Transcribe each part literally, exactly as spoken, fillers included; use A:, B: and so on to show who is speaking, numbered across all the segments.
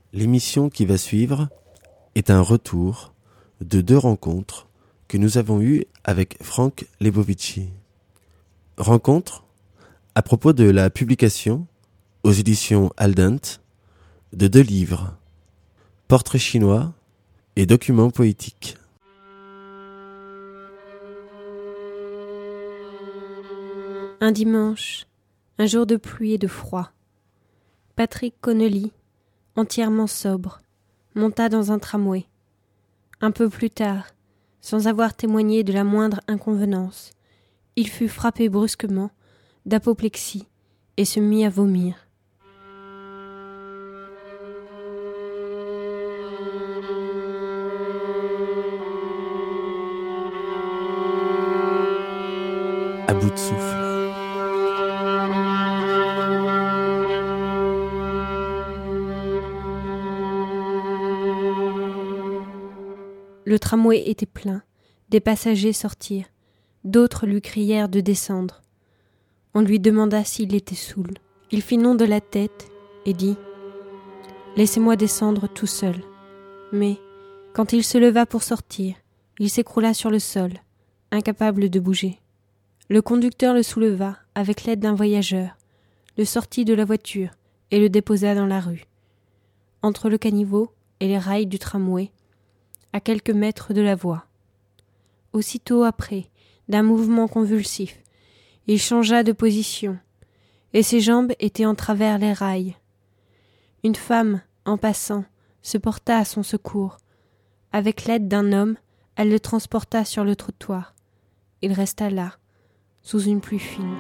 A: L'émission qui va suivre est un retour de deux rencontres que nous avons eues avec Franck Lebovici. Rencontre à propos de la publication aux éditions Aldent de deux livres, Portraits chinois et Documents poétiques.
B: Un dimanche, un jour de pluie et de froid, Patrick Connelly, entièrement sobre, monta dans un tramway. Un peu plus tard, sans avoir témoigné de la moindre inconvenance, il fut frappé brusquement d'apoplexie et se mit à vomir.
A: À bout de souffle.
B: Le tramway était plein, des passagers sortirent, d'autres lui crièrent de descendre. On lui demanda s'il était saoul. Il fit non de la tête et dit « Laissez-moi descendre tout seul ». Mais, quand il se leva pour sortir, il s'écroula sur le sol, incapable de bouger. Le conducteur le souleva avec l'aide d'un voyageur, le sortit de la voiture et le déposa dans la rue. Entre le caniveau et les rails du tramway, à quelques mètres de la voie. Aussitôt après, d'un mouvement convulsif, il changea de position, et ses jambes étaient en travers les rails. Une femme, en passant, se porta à son secours. Avec l'aide d'un homme, elle le transporta sur le trottoir. Il resta là, sous une pluie fine.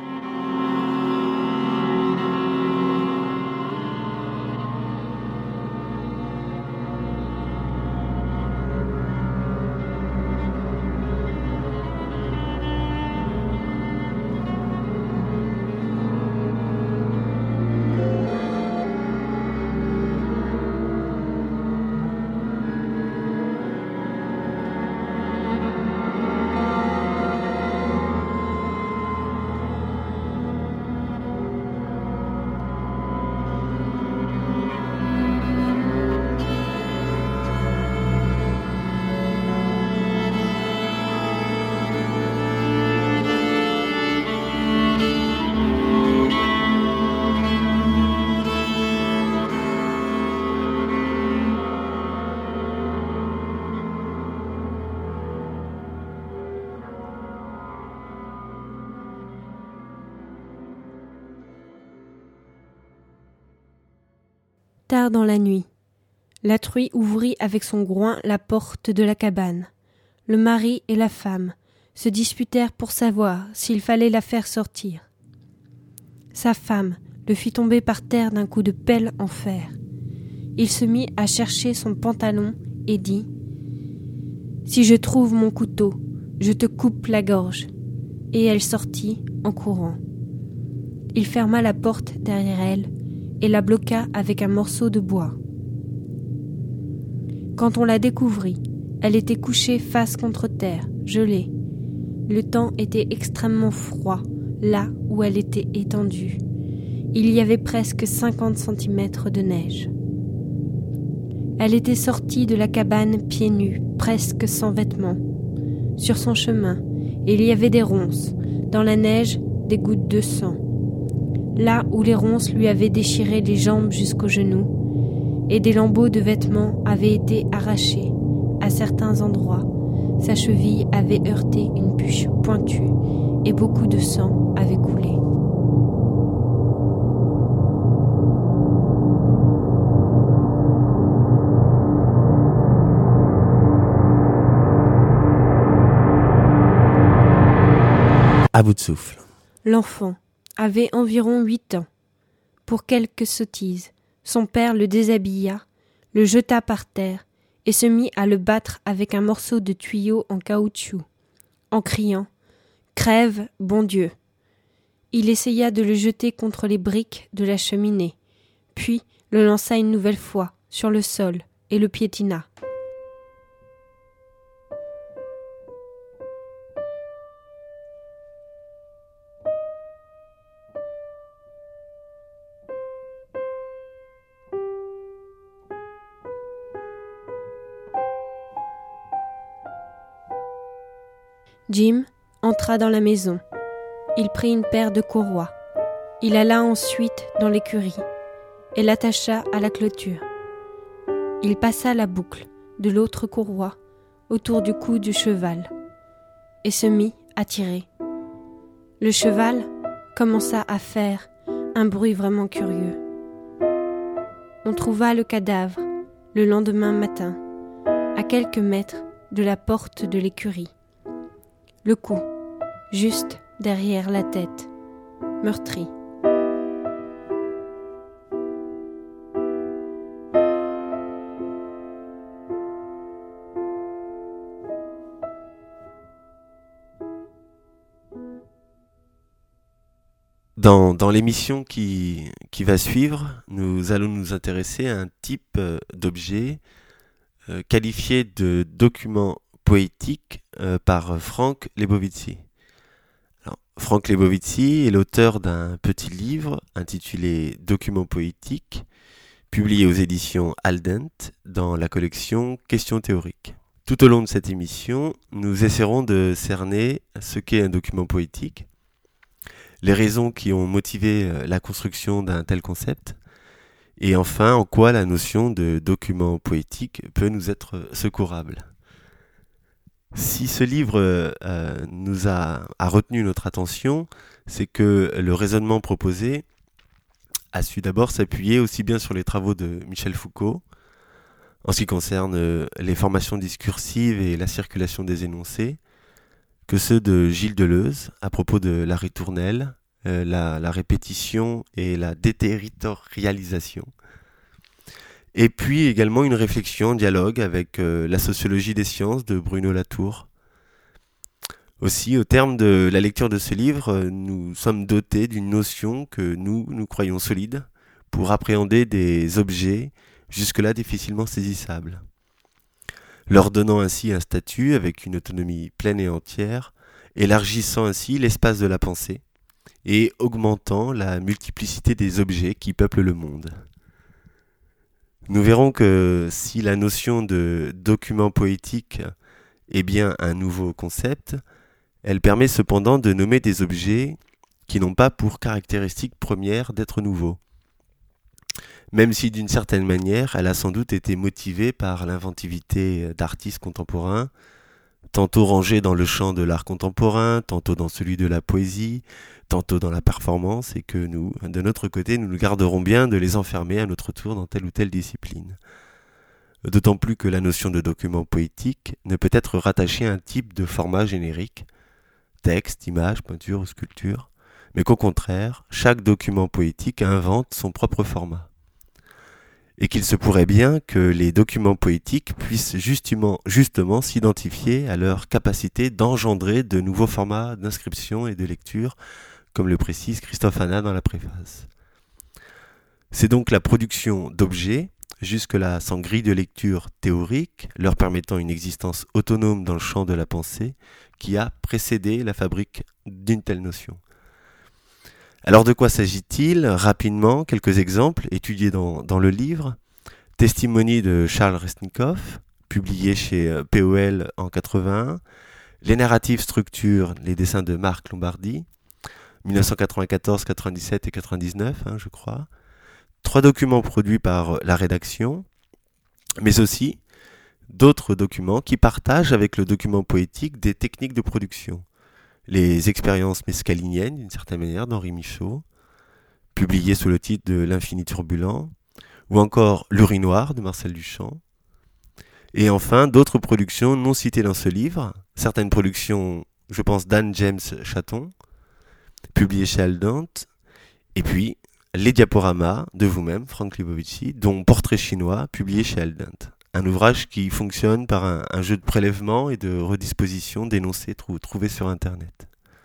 B: Tard dans la nuit, la truie ouvrit avec son groin la porte de la cabane. Le mari et la femme se disputèrent pour savoir s'il fallait la faire sortir. Sa femme le fit tomber par terre d'un coup de pelle en fer. Il se mit à chercher son pantalon et dit « Si je trouve mon couteau, je te coupe la gorge. » Et elle sortit en courant. Il ferma la porte derrière elle et la bloqua avec un morceau de bois. Quand on la découvrit, elle était couchée face contre terre, gelée. Le temps était extrêmement froid, là où elle était étendue. Il y avait presque cinquante centimètres de neige. Elle était sortie de la cabane pieds nus, presque sans vêtements. Sur son chemin, il y avait des ronces, dans la neige, des gouttes de sang. Là où les ronces lui avaient déchiré les jambes jusqu'aux genoux, et des lambeaux de vêtements avaient été arrachés. À certains endroits, sa cheville avait heurté une bûche pointue, et beaucoup de sang avait coulé.
A: À bout de souffle.
B: L'enfant avait environ huit ans. Pour quelques sottises, son père le déshabilla, le jeta par terre et se mit à le battre avec un morceau de tuyau en caoutchouc, en criant « Crève, bon Dieu !» Il essaya de le jeter contre les briques de la cheminée, puis le lança une nouvelle fois sur le sol et le piétina. Jim entra dans la maison. Il prit une paire de courroies. Il alla ensuite dans l'écurie et l'attacha à la clôture. Il passa la boucle de l'autre courroie autour du cou du cheval et se mit à tirer. Le cheval commença à faire un bruit vraiment curieux. On trouva le cadavre le lendemain matin, à quelques mètres de la porte de l'écurie. Le cou, juste derrière la tête, meurtri.
A: Dans, dans l'émission qui, qui va suivre, nous allons nous intéresser à un type euh, d'objet euh, qualifié de document poétique euh, par Frank Lebovici. Alors, Frank Lebovici est l'auteur d'un petit livre intitulé Documents poétiques, publié aux éditions Aldent dans la collection Questions théoriques. Tout au long de cette émission, nous essaierons de cerner ce qu'est un document poétique, les raisons qui ont motivé la construction d'un tel concept, et enfin en quoi la notion de document poétique peut nous être secourable. Si ce livre euh, nous a, a retenu notre attention, c'est que le raisonnement proposé a su d'abord s'appuyer aussi bien sur les travaux de Michel Foucault, en ce qui concerne les formations discursives et la circulation des énoncés, que ceux de Gilles Deleuze à propos de la ritournelle, euh, la, la répétition et la déterritorialisation. Et puis également une réflexion en dialogue avec euh, la sociologie des sciences de Bruno Latour. Aussi, au terme de la lecture de ce livre, euh, nous sommes dotés d'une notion que nous, nous croyons solide pour appréhender des objets jusque-là difficilement saisissables, leur donnant ainsi un statut avec une autonomie pleine et entière, élargissant ainsi l'espace de la pensée et augmentant la multiplicité des objets qui peuplent le monde. Nous verrons que si la notion de document poétique est bien un nouveau concept, elle permet cependant de nommer des objets qui n'ont pas pour caractéristique première d'être nouveaux, même si d'une certaine manière, elle a sans doute été motivée par l'inventivité d'artistes contemporains, tantôt rangés dans le champ de l'art contemporain, tantôt dans celui de la poésie, tantôt dans la performance, et que nous, de notre côté, nous nous garderons bien de les enfermer à notre tour dans telle ou telle discipline. D'autant plus que la notion de document poétique ne peut être rattachée à un type de format générique, texte, image, peinture ou sculpture, mais qu'au contraire, chaque document poétique invente son propre format. Et qu'il se pourrait bien que les documents poétiques puissent justement, justement s'identifier à leur capacité d'engendrer de nouveaux formats d'inscription et de lecture, comme le précise Christophe Hanna dans la préface. C'est donc la production d'objets, jusque-là sans grille de lecture théorique, leur permettant une existence autonome dans le champ de la pensée, qui a précédé la fabrique d'une telle notion. Alors de quoi s'agit-il ? Rapidement, quelques exemples étudiés dans, dans le livre. Testimonie de Charles Resnikoff, publié chez P O L en quatre-vingt-un. Les narratives structures, les dessins de Marc Lombardi, dix-neuf cent quatre-vingt-quatorze, quatre-vingt-dix-sept et quatre-vingt-dix-neuf, hein, je crois. Trois documents produits par la rédaction, mais aussi d'autres documents qui partagent avec le document poétique des techniques de production. Les expériences mescaliniennes, d'une certaine manière, d'Henri Michaud, publié sous le titre de L'Infini turbulent, ou encore L'Urinoir de Marcel Duchamp. Et enfin, d'autres productions non citées dans ce livre, certaines productions, je pense, d'Anne James Chaton, publiées chez Aldent, et puis les diaporamas de vous-même, Frank Lebovici, dont Portrait chinois, publié chez Aldent. Un ouvrage qui fonctionne par un, un jeu de prélèvement et de redisposition d'énoncés trou- trouvés sur Internet.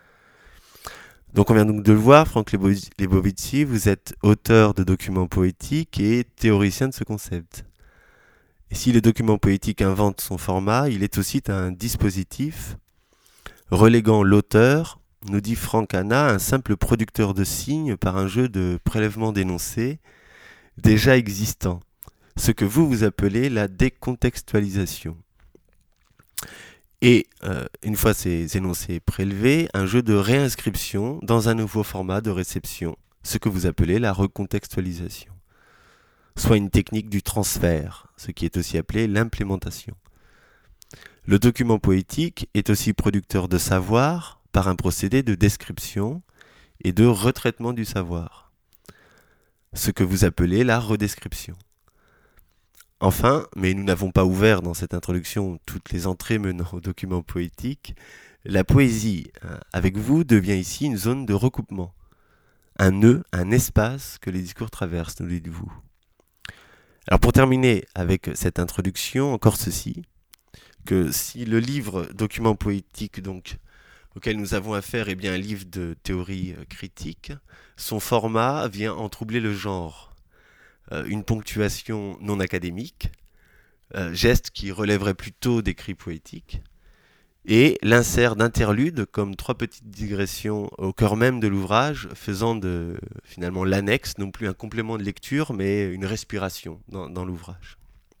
A: Donc on vient donc de le voir, Frank Lebovici, vous êtes auteur de documents poétiques et théoricien de ce concept. Et si le document poétique invente son format, il est aussi un dispositif reléguant l'auteur, nous dit Frank Hanna, un simple producteur de signes par un jeu de prélèvement d'énoncés déjà existant. Ce que vous vous appelez la décontextualisation. Et euh, une fois ces énoncés prélevés, un jeu de réinscription dans un nouveau format de réception, ce que vous appelez la recontextualisation, soit une technique du transfert, ce qui est aussi appelé l'implémentation. Le document poétique est aussi producteur de savoir par un procédé de description et de retraitement du savoir, ce que vous appelez la redescription. Enfin, mais nous n'avons pas ouvert dans cette introduction toutes les entrées menant au document poétique, la poésie, avec vous, devient ici une zone de recoupement, un nœud, un espace que les discours traversent, nous dites-vous. Alors pour terminer avec cette introduction, encore ceci, que si le livre document poétique donc, auquel nous avons affaire est bien un livre de théorie critique, son format vient en troubler le genre. Euh, une ponctuation non académique, euh, geste qui relèverait plutôt d'écrits poétiques, et l'insert d'interludes comme trois petites digressions au cœur même de l'ouvrage, faisant de finalement l'annexe, non plus un complément de lecture, mais une respiration dans, dans l'ouvrage.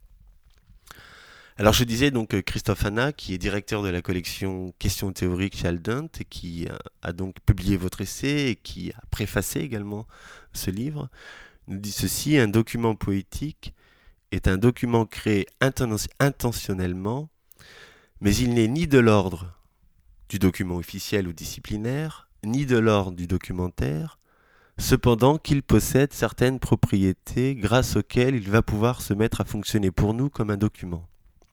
A: Alors je disais donc Christophe Hanna, qui est directeur de la collection Questions théoriques chez Aldent, et qui a donc publié votre essai et qui a préfacé également ce livre, nous dit ceci: un document poétique est un document créé inten- intentionnellement, mais il n'est ni de l'ordre du document officiel ou disciplinaire, ni de l'ordre du documentaire, cependant qu'il possède certaines propriétés grâce auxquelles il va pouvoir se mettre à fonctionner pour nous comme un document.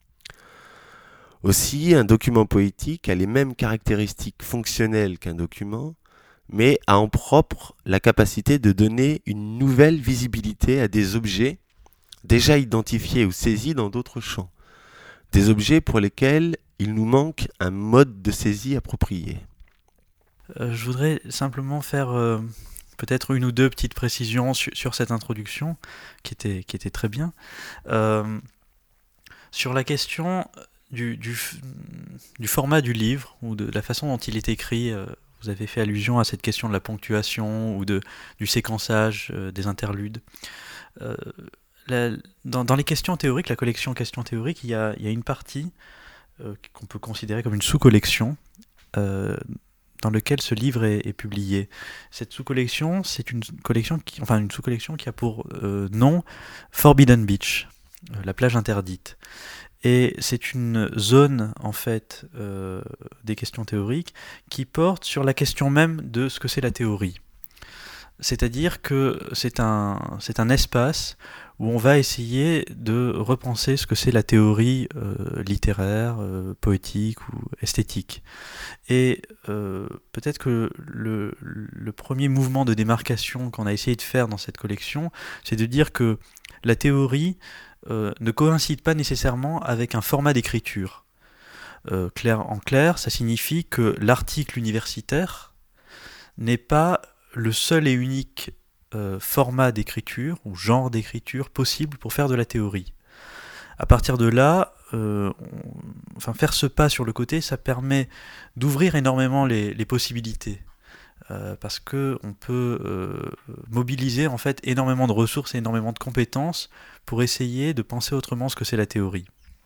A: Aussi, un document poétique a les mêmes caractéristiques fonctionnelles qu'un document, mais a en propre la capacité de donner une nouvelle visibilité à des objets déjà identifiés ou saisis dans d'autres champs, des objets pour lesquels il nous manque un mode de saisie approprié.
C: Euh, je voudrais simplement faire euh, peut-être une ou deux petites précisions sur, sur cette introduction, qui était, qui était très bien. Euh, sur la question du, du, du format du livre, ou de la façon dont il est écrit, euh, vous avez fait allusion à cette question de la ponctuation, ou de, du séquençage euh, des interludes. Euh, la, dans, dans les questions théoriques, la collection questions théoriques, il y a, il y a une partie euh, qu'on peut considérer comme une sous-collection, euh, dans lequel ce livre est, est publié. Cette sous-collection, c'est une collection qui, enfin une sous-collection qui a pour euh, nom Forbidden Beach, euh, la plage interdite. Et c'est une zone, en fait, euh, des questions théoriques qui porte sur la question même de ce que c'est la théorie. C'est-à-dire que c'est un, c'est un espace où on va essayer de repenser ce que c'est la théorie euh, littéraire, euh, poétique ou esthétique. Et euh, peut-être que le, le premier mouvement de démarcation qu'on a essayé de faire dans cette collection, c'est de dire que la théorie euh, ne coïncide pas nécessairement avec un format d'écriture. Euh, clair, en clair, ça signifie que l'article universitaire n'est pas le seul et unique euh, format d'écriture ou genre d'écriture possible pour faire de la théorie. À partir de là, euh, on, enfin, faire ce pas sur le côté, ça permet d'ouvrir énormément les, les possibilités. Euh, parce qu'on peut euh, mobiliser en fait énormément de ressources et énormément de compétences pour essayer de penser autrement ce que c'est la théorie.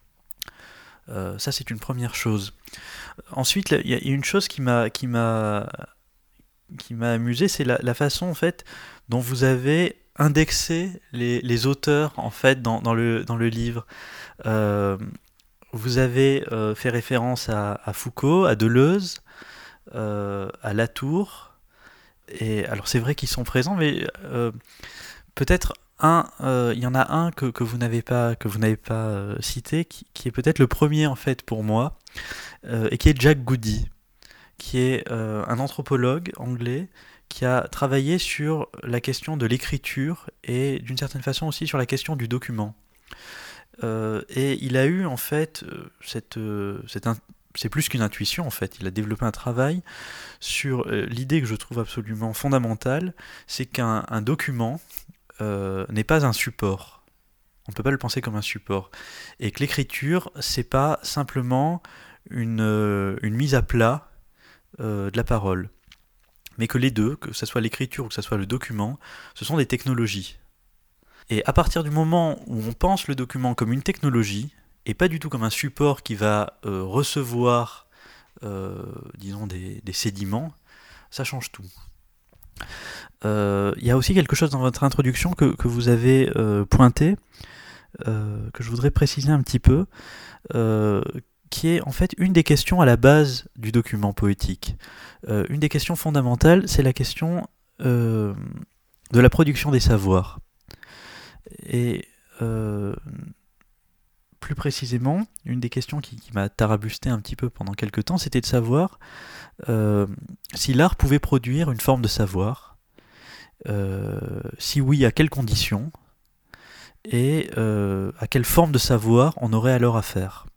C: Euh, ça, c'est une première chose. Ensuite, il y a une chose qui m'a, qui m'a, qui m'a amusé, c'est la, la façon en fait dont vous avez indexé les, les auteurs en fait dans, dans, le, dans le livre. Euh, vous avez euh, fait référence à, à Foucault, à Deleuze, euh, à Latour. Et alors c'est vrai qu'ils sont présents, mais euh, peut-être un, euh, il y en a un que, que vous n'avez pas, que vous n'avez pas euh, cité, qui, qui est peut-être le premier en fait pour moi, euh, et qui est Jack Goody, qui est euh, un anthropologue anglais qui a travaillé sur la question de l'écriture et d'une certaine façon aussi sur la question du document. Euh, et il a eu en fait cette, cette in- c'est plus qu'une intuition en fait, il a développé un travail sur euh, l'idée que je trouve absolument fondamentale, c'est qu'un un document euh, n'est pas un support. On ne peut pas le penser comme un support. Et que l'écriture, c'est pas simplement une, euh, une mise à plat euh, de la parole. Mais que les deux, que ce soit l'écriture ou que ce soit le document, ce sont des technologies. Et à partir du moment où on pense le document comme une technologie, et pas du tout comme un support qui va euh, recevoir, euh, disons, des, des sédiments, ça change tout. Il euh, y a aussi quelque chose dans votre introduction que, que vous avez euh, pointé, euh, que je voudrais préciser un petit peu, euh, qui est en fait une des questions à la base du document poétique. Euh, une des questions fondamentales, c'est la question euh, de la production des savoirs. Et euh, plus précisément, une des questions qui, qui m'a tarabusté un petit peu pendant quelques temps, c'était de savoir euh, si l'art pouvait produire une forme de savoir, euh, si oui, à quelles conditions, et euh, à quelle forme de savoir on aurait alors affaire.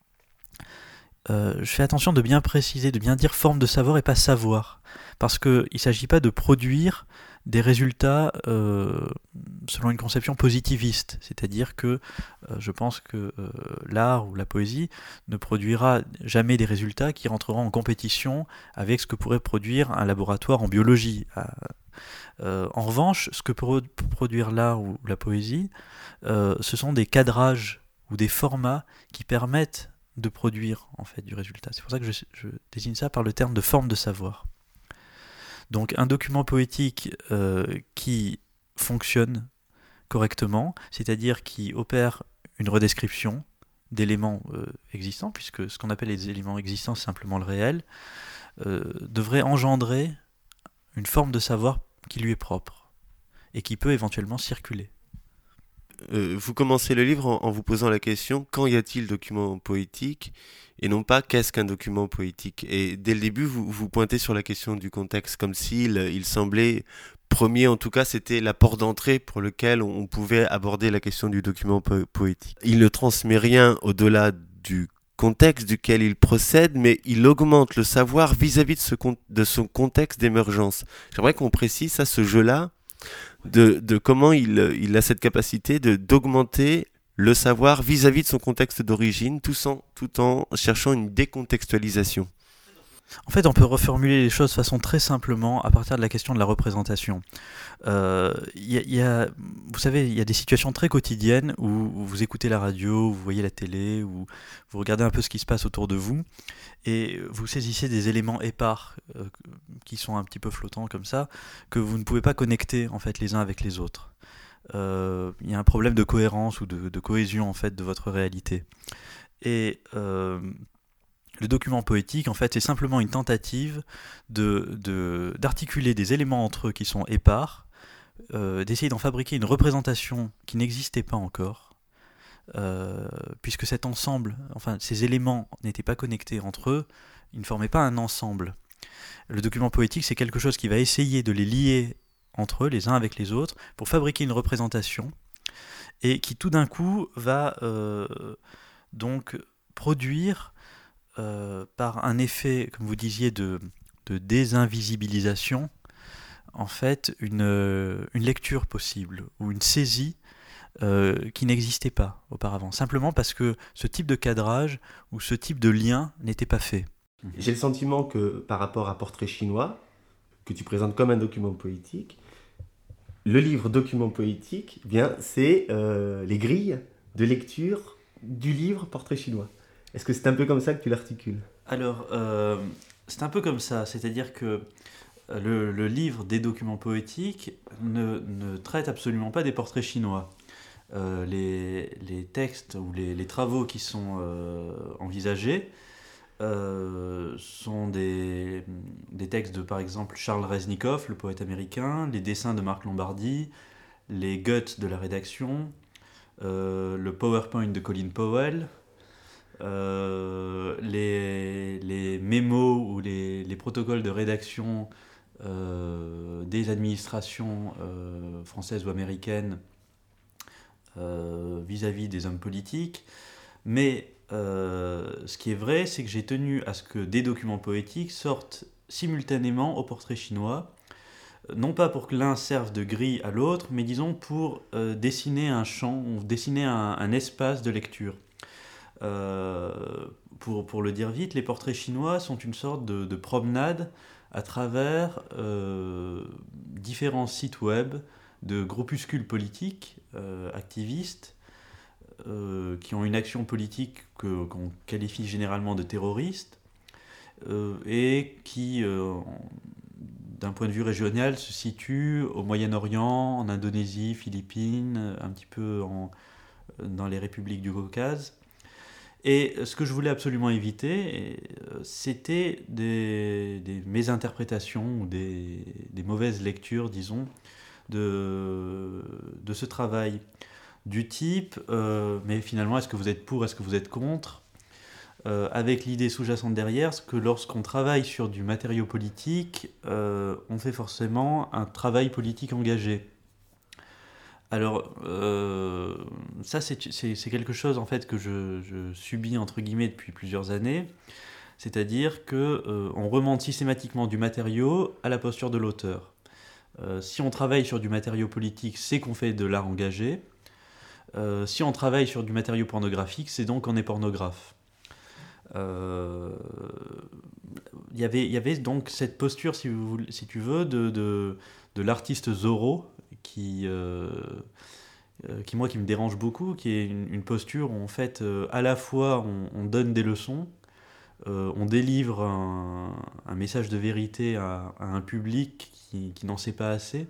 C: Euh, je fais attention de bien préciser, de bien dire forme de savoir et pas savoir, parce qu'il ne s'agit pas de produire des résultats euh, selon une conception positiviste, c'est-à-dire que euh, je pense que euh, l'art ou la poésie ne produira jamais des résultats qui rentreront en compétition avec ce que pourrait produire un laboratoire en biologie. Euh, en revanche, ce que peut produire l'art ou la poésie, euh, ce sont des cadrages ou des formats qui permettent de produire en fait du résultat. C'est pour ça que je, je désigne ça par le terme de forme de savoir. Donc un document poétique euh, qui fonctionne correctement, c'est-à-dire qui opère une redescription d'éléments euh, existants, puisque ce qu'on appelle les éléments existants, c'est simplement le réel, euh, devrait engendrer une forme de savoir qui lui est propre et qui peut éventuellement circuler.
A: Euh, vous commencez le livre en, en vous posant la question, quand y a-t-il document poétique, et non pas qu'est-ce qu'un document poétique. Et dès le début, vous, vous pointez sur la question du contexte, comme s'il il semblait premier, en tout cas, c'était la porte d'entrée pour lequel on, on pouvait aborder la question du document po- poétique. Il ne transmet rien au-delà du contexte duquel il procède, mais il augmente le savoir vis-à-vis de, ce con- de son contexte d'émergence. J'aimerais qu'on précise ça, ce jeu-là, De, de comment il, il a cette capacité de, d'augmenter le savoir vis-à-vis de son contexte d'origine, tout en, tout en cherchant une décontextualisation.
C: En fait, on peut reformuler les choses de façon très simplement à partir de la question de la représentation. Euh, y a, y a, vous savez, il y a des situations très quotidiennes où vous écoutez la radio, vous voyez la télé, ou vous regardez un peu ce qui se passe autour de vous, et vous saisissez des éléments épars euh, qui sont un petit peu flottants comme ça, que vous ne pouvez pas connecter en fait les uns avec les autres. Il euh, y a un problème de cohérence ou de, de cohésion en fait de votre réalité. Et euh, le document poétique, en fait, c'est simplement une tentative de, de, d'articuler des éléments entre eux qui sont épars, euh, d'essayer d'en fabriquer une représentation qui n'existait pas encore, euh, puisque cet ensemble, enfin, ces éléments n'étaient pas connectés entre eux, ils ne formaient pas un ensemble. Le document poétique, c'est quelque chose qui va essayer de les lier entre eux, les uns avec les autres, pour fabriquer une représentation, et qui tout d'un coup va euh, donc produire Euh, par un effet, comme vous disiez, de, de désinvisibilisation, en fait, une, une lecture possible, ou une saisie euh, qui n'existait pas auparavant, simplement parce que ce type de cadrage, ou ce type de lien n'était pas fait.
A: J'ai le sentiment que par rapport à Portrait chinois, que tu présentes comme un document poétique, le livre document poétique, eh bien, c'est euh, les grilles de lecture du livre Portrait chinois. Est-ce que c'est un peu comme ça que tu l'articules ?
C: Alors, euh, c'est un peu comme ça, c'est-à-dire que le, le livre des documents poétiques ne, ne traite absolument pas des portraits chinois. Euh, les, les textes ou les, les travaux qui sont euh, envisagés euh, sont des, des textes de, par exemple, Charles Reznikoff, le poète américain, les dessins de Marc Lombardi, les guts de la rédaction, euh, le PowerPoint de Colin Powell, Euh, les, les mémos ou les, les protocoles de rédaction euh, des administrations euh, françaises ou américaines euh, vis-à-vis des hommes politiques. Mais euh, ce qui est vrai, c'est que j'ai tenu à ce que des documents poétiques sortent simultanément au portrait chinois, non pas pour que l'un serve de grille à l'autre, mais disons pour euh, dessiner un champ, dessiner un, un espace de lecture. Euh, pour, pour le dire vite, les portraits chinois sont une sorte de, de promenade à travers euh, différents sites web de groupuscules politiques, euh, activistes, euh, qui ont une action politique que, qu'on qualifie généralement de terroriste, euh, et qui, euh, d'un point de vue régional, se situent au Moyen-Orient, en Indonésie, Philippines, un petit peu en, dans les républiques du Caucase. Et ce que je voulais absolument éviter, c'était des, des mésinterprétations ou des, des mauvaises lectures, disons, de, de ce travail. Du type, euh, mais finalement, est-ce que vous êtes pour, est-ce que vous êtes contre, euh, avec l'idée sous-jacente derrière, que lorsqu'on travaille sur du matériau politique, euh, on fait forcément un travail politique engagé. Alors, euh, ça, c'est, c'est, c'est quelque chose, en fait, que je, je subis, entre guillemets, depuis plusieurs années. C'est-à-dire qu'on euh, remonte systématiquement du matériau à la posture de l'auteur. Euh, si on travaille sur du matériau politique, c'est qu'on fait de l'art engagé. Euh, si on travaille sur du matériau pornographique, c'est donc qu'on est pornographe. Euh, y avait, y avait donc cette posture, si, vous, si tu veux, de, de, de l'artiste Zorro, qui, euh, qui, moi, qui me dérange beaucoup, qui est une, une posture où, en fait, euh, à la fois, on, on donne des leçons, euh, on délivre un, un message de vérité à, à un public qui, qui n'en sait pas assez,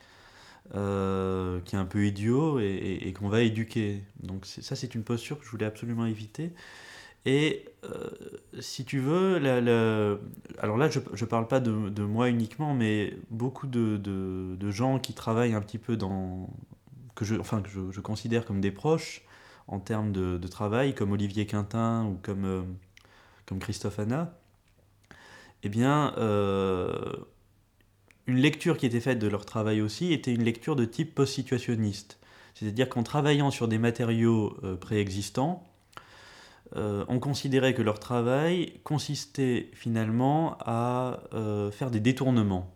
C: Euh, qui est un peu idiot et, et, et qu'on va éduquer. Donc c'est, ça, c'est une posture que je voulais absolument éviter. Et euh, si tu veux, la, la... alors là, je ne parle pas de, de moi uniquement, mais beaucoup de, de, de gens qui travaillent un petit peu dans... que je, enfin, que je, je considère comme des proches en termes de, de travail, comme Olivier Quintin ou comme, euh, comme Christophe Hanna, eh bien... Euh, une lecture qui était faite de leur travail aussi était une lecture de type post-situationniste. C'est-à-dire qu'en travaillant sur des matériaux euh, préexistants, euh, on considérait que leur travail consistait finalement à euh, faire des détournements.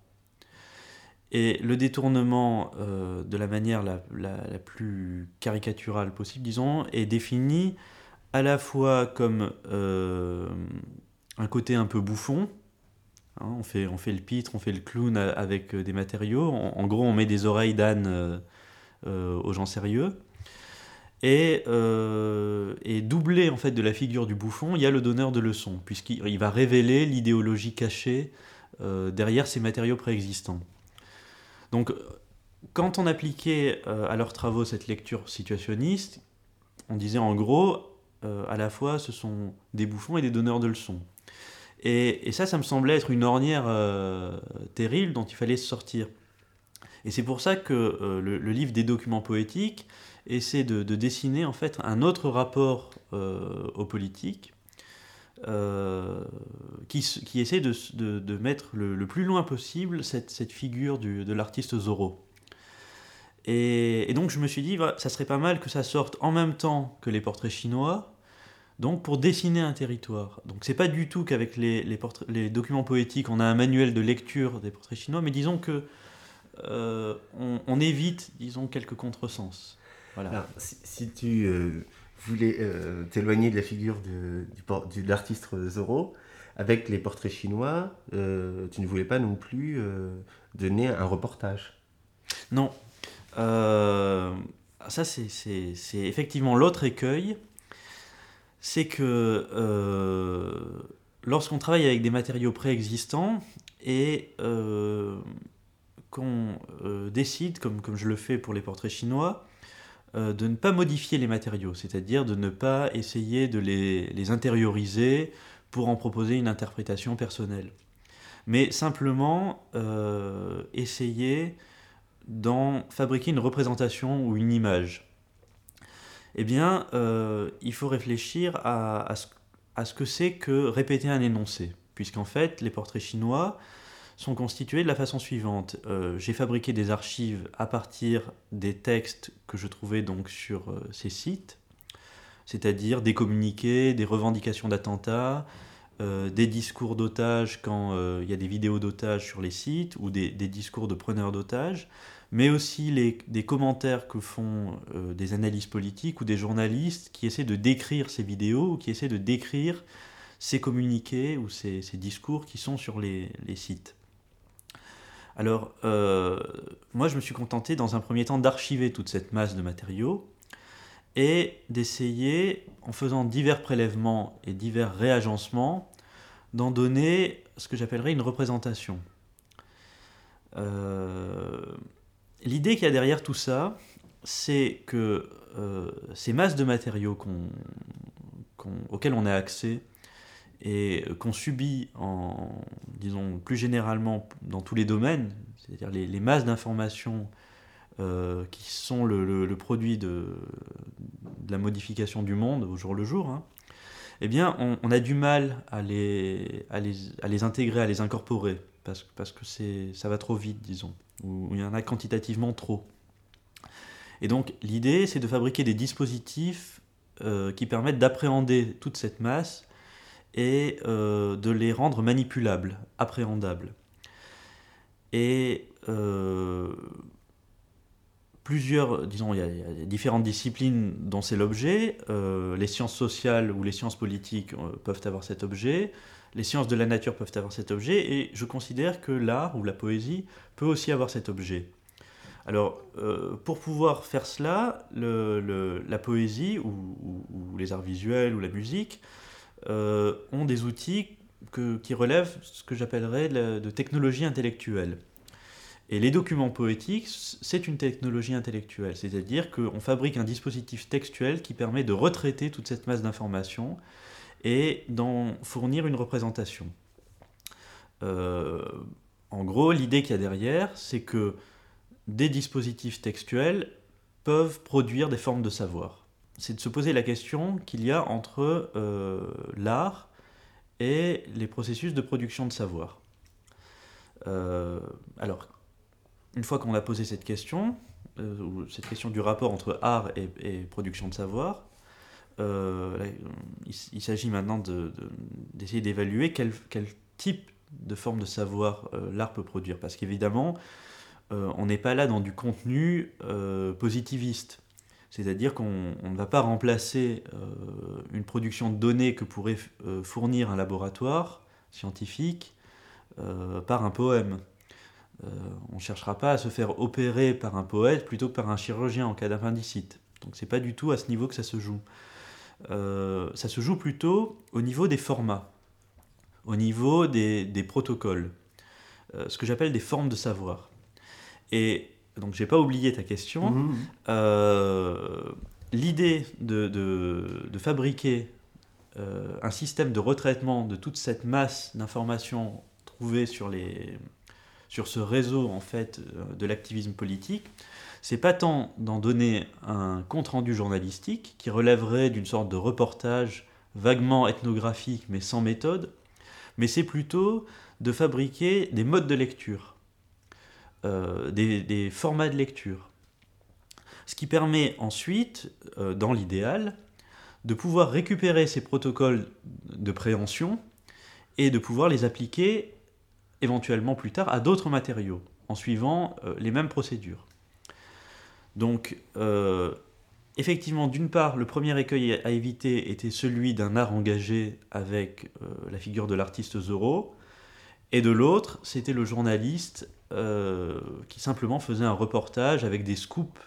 C: Et le détournement, euh, de la manière la, la, la plus caricaturale possible, disons, est défini à la fois comme euh, un côté un peu bouffon. Hein, on, fait, on fait le pitre, on fait le clown avec des matériaux. En, en gros, on met des oreilles d'âne euh, euh, aux gens sérieux. Et, euh, et doublé en fait de la figure du bouffon, il y a le donneur de leçons, puisqu'il il va révéler l'idéologie cachée euh, derrière ces matériaux préexistants. Donc, quand on appliquait euh, à leurs travaux cette lecture situationniste, on disait en gros, euh, à la fois, ce sont des bouffons et des donneurs de leçons. Et, et ça, ça me semblait être une ornière euh, terrible dont il fallait se sortir. Et c'est pour ça que euh, le, le livre des documents poétiques essaie de, de dessiner en fait un autre rapport euh, aux politiques, euh, qui, qui essaie de, de, de mettre le, le plus loin possible cette, cette figure du, de l'artiste Zorro. Et, et donc je me suis dit, bah, ça serait pas mal que ça sorte en même temps que les portraits chinois, donc pour dessiner un territoire. Donc c'est pas du tout qu'avec les, les, portraits, les documents poétiques, on a un manuel de lecture des portraits chinois, mais disons que euh, on, on évite, disons, quelques contresens. Voilà.
A: Alors, si, si tu euh, voulais euh, t'éloigner de la figure de, du, de l'artiste Zorro, avec les portraits chinois, euh, tu ne voulais pas non plus euh, donner un reportage.
C: Non. Euh, ça, c'est, c'est, c'est effectivement l'autre écueil. C'est que euh, lorsqu'on travaille avec des matériaux préexistants et euh, qu'on euh, décide, comme, comme je le fais pour les portraits chinois, euh, de ne pas modifier les matériaux, c'est-à-dire de ne pas essayer de les, les intérioriser pour en proposer une interprétation personnelle, mais simplement euh, essayer d'en fabriquer une représentation ou une image. Eh bien, euh, il faut réfléchir à, à, ce, à ce que c'est que répéter un énoncé, puisqu'en fait, les portraits chinois sont constitués de la façon suivante. Euh, j'ai fabriqué des archives à partir des textes que je trouvais donc sur euh, ces sites, c'est-à-dire des communiqués, des revendications d'attentats, euh, des discours d'otages quand euh, il y a des vidéos d'otages sur les sites, ou des, des discours de preneurs d'otages, mais aussi les, des commentaires que font euh, des analystes politiques ou des journalistes qui essaient de décrire ces vidéos ou qui essaient de décrire ces communiqués ou ces, ces discours qui sont sur les, les sites. Alors, euh, moi je me suis contenté dans un premier temps d'archiver toute cette masse de matériaux et d'essayer, en faisant divers prélèvements et divers réagencements, d'en donner ce que j'appellerais une représentation. Euh, l'idée qu'il y a derrière tout ça, c'est que euh, ces masses de matériaux qu'on, qu'on, auxquelles on a accès et qu'on subit, en, disons plus généralement dans tous les domaines, c'est-à-dire les, les masses d'informations euh, qui sont le, le, le produit de, de la modification du monde au jour le jour, hein, eh bien, on, on a du mal à les, à, les, à les intégrer, à les incorporer, parce, parce que c'est, ça va trop vite, disons, ou il y en a quantitativement trop. Et donc, l'idée, c'est de fabriquer des dispositifs euh, qui permettent d'appréhender toute cette masse et euh, de les rendre manipulables, appréhendables. Et euh, plusieurs, disons, il y, a, il y a différentes disciplines dont c'est l'objet. Euh, les sciences sociales ou les sciences politiques euh, peuvent avoir cet objet. Les sciences de la nature peuvent avoir cet objet. Et je considère que l'art ou la poésie peut aussi avoir cet objet. Alors, euh, pour pouvoir faire cela, le, le, la poésie ou, ou, ou les arts visuels ou la musique euh, ont des outils que, qui relèvent ce que j'appellerais de, de technologie intellectuelle. Et les documents poétiques, c'est une technologie intellectuelle, c'est-à-dire qu'on fabrique un dispositif textuel qui permet de retraiter toute cette masse d'informations et d'en fournir une représentation. Euh, en gros, l'idée qu'il y a derrière, c'est que des dispositifs textuels peuvent produire des formes de savoir. C'est de se poser la question qu'il y a entre euh, l'art et les processus de production de savoir. Euh, alors, une fois qu'on a posé cette question, euh, cette question du rapport entre art et, et production de savoir, euh, là, il, il s'agit maintenant de, de, d'essayer d'évaluer quel, quel type de forme de savoir euh, l'art peut produire. Parce qu'évidemment, euh, on n'est pas là dans du contenu euh, positiviste. C'est-à-dire qu'on on ne va pas remplacer euh, une production de données que pourrait euh, fournir un laboratoire scientifique euh, par un poème. Euh, on ne cherchera pas à se faire opérer par un poète plutôt que par un chirurgien en cas d'appendicite. Donc c'est pas du tout à ce niveau que ça se joue. Euh, ça se joue plutôt au niveau des formats, au niveau des, des protocoles, euh, ce que j'appelle des formes de savoir. Et donc j'ai pas oublié ta question. Mmh. Euh, l'idée de, de, de fabriquer euh, un système de retraitement de toute cette masse d'informations trouvées sur les sur ce réseau en fait de l'activisme politique, c'est pas tant d'en donner un compte-rendu journalistique qui relèverait d'une sorte de reportage vaguement ethnographique mais sans méthode, mais c'est plutôt de fabriquer des modes de lecture, euh, des, des formats de lecture. Ce qui permet ensuite, euh, dans l'idéal, de pouvoir récupérer ces protocoles de préhension et de pouvoir les appliquer éventuellement plus tard à d'autres matériaux, en suivant euh, les mêmes procédures. Donc, euh, effectivement, d'une part, le premier écueil à éviter était celui d'un art engagé avec euh, la figure de l'artiste Zorro, et de l'autre, c'était le journaliste euh, qui simplement faisait un reportage avec des scoops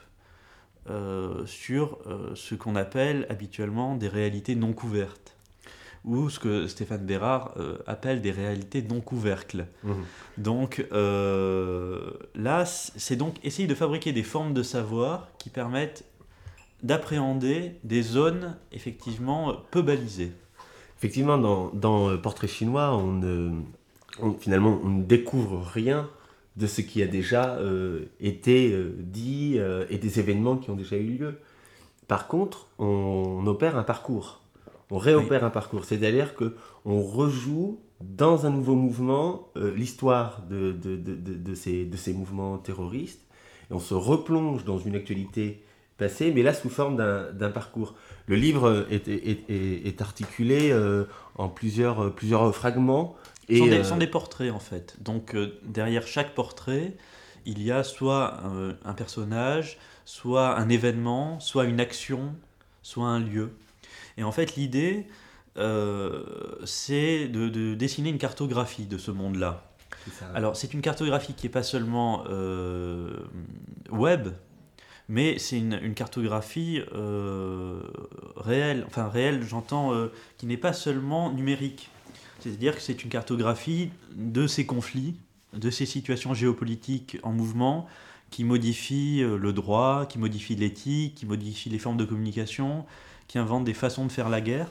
C: euh, sur euh, ce qu'on appelle habituellement des réalités non couvertes, ou ce que Stéphane Bérard euh, appelle des réalités non-couvercles. Mmh. Donc euh, là, c'est donc essayer de fabriquer des formes de savoir qui permettent d'appréhender des zones effectivement peu balisées.
A: Effectivement, dans, dans Portrait chinois, on ne, on, finalement, on ne découvre rien de ce qui a déjà euh, été euh, dit euh, et des événements qui ont déjà eu lieu. Par contre, on, on opère un parcours. On réopère oui. un parcours, c'est-à-dire qu'on rejoue dans un nouveau mouvement euh, l'histoire de, de, de, de, de, ces, de ces mouvements terroristes, et on se replonge dans une actualité passée, mais là sous forme d'un, d'un parcours. Le livre est, est, est, est articulé euh, en plusieurs, plusieurs fragments.
C: Ce sont, des, euh... sont des portraits en fait, donc euh, derrière chaque portrait, il y a soit euh, un personnage, soit un événement, soit une action, soit un lieu. Et en fait, l'idée, euh, c'est de, de dessiner une cartographie de ce monde-là. C'est ça. Alors, c'est une cartographie qui n'est pas seulement euh, web, mais c'est une, une cartographie euh, réelle, enfin réelle, j'entends, euh, qui n'est pas seulement numérique. C'est-à-dire que c'est une cartographie de ces conflits, de ces situations géopolitiques en mouvement, qui modifient le droit, qui modifient l'éthique, qui modifient les formes de communication, qui inventent des façons de faire la guerre.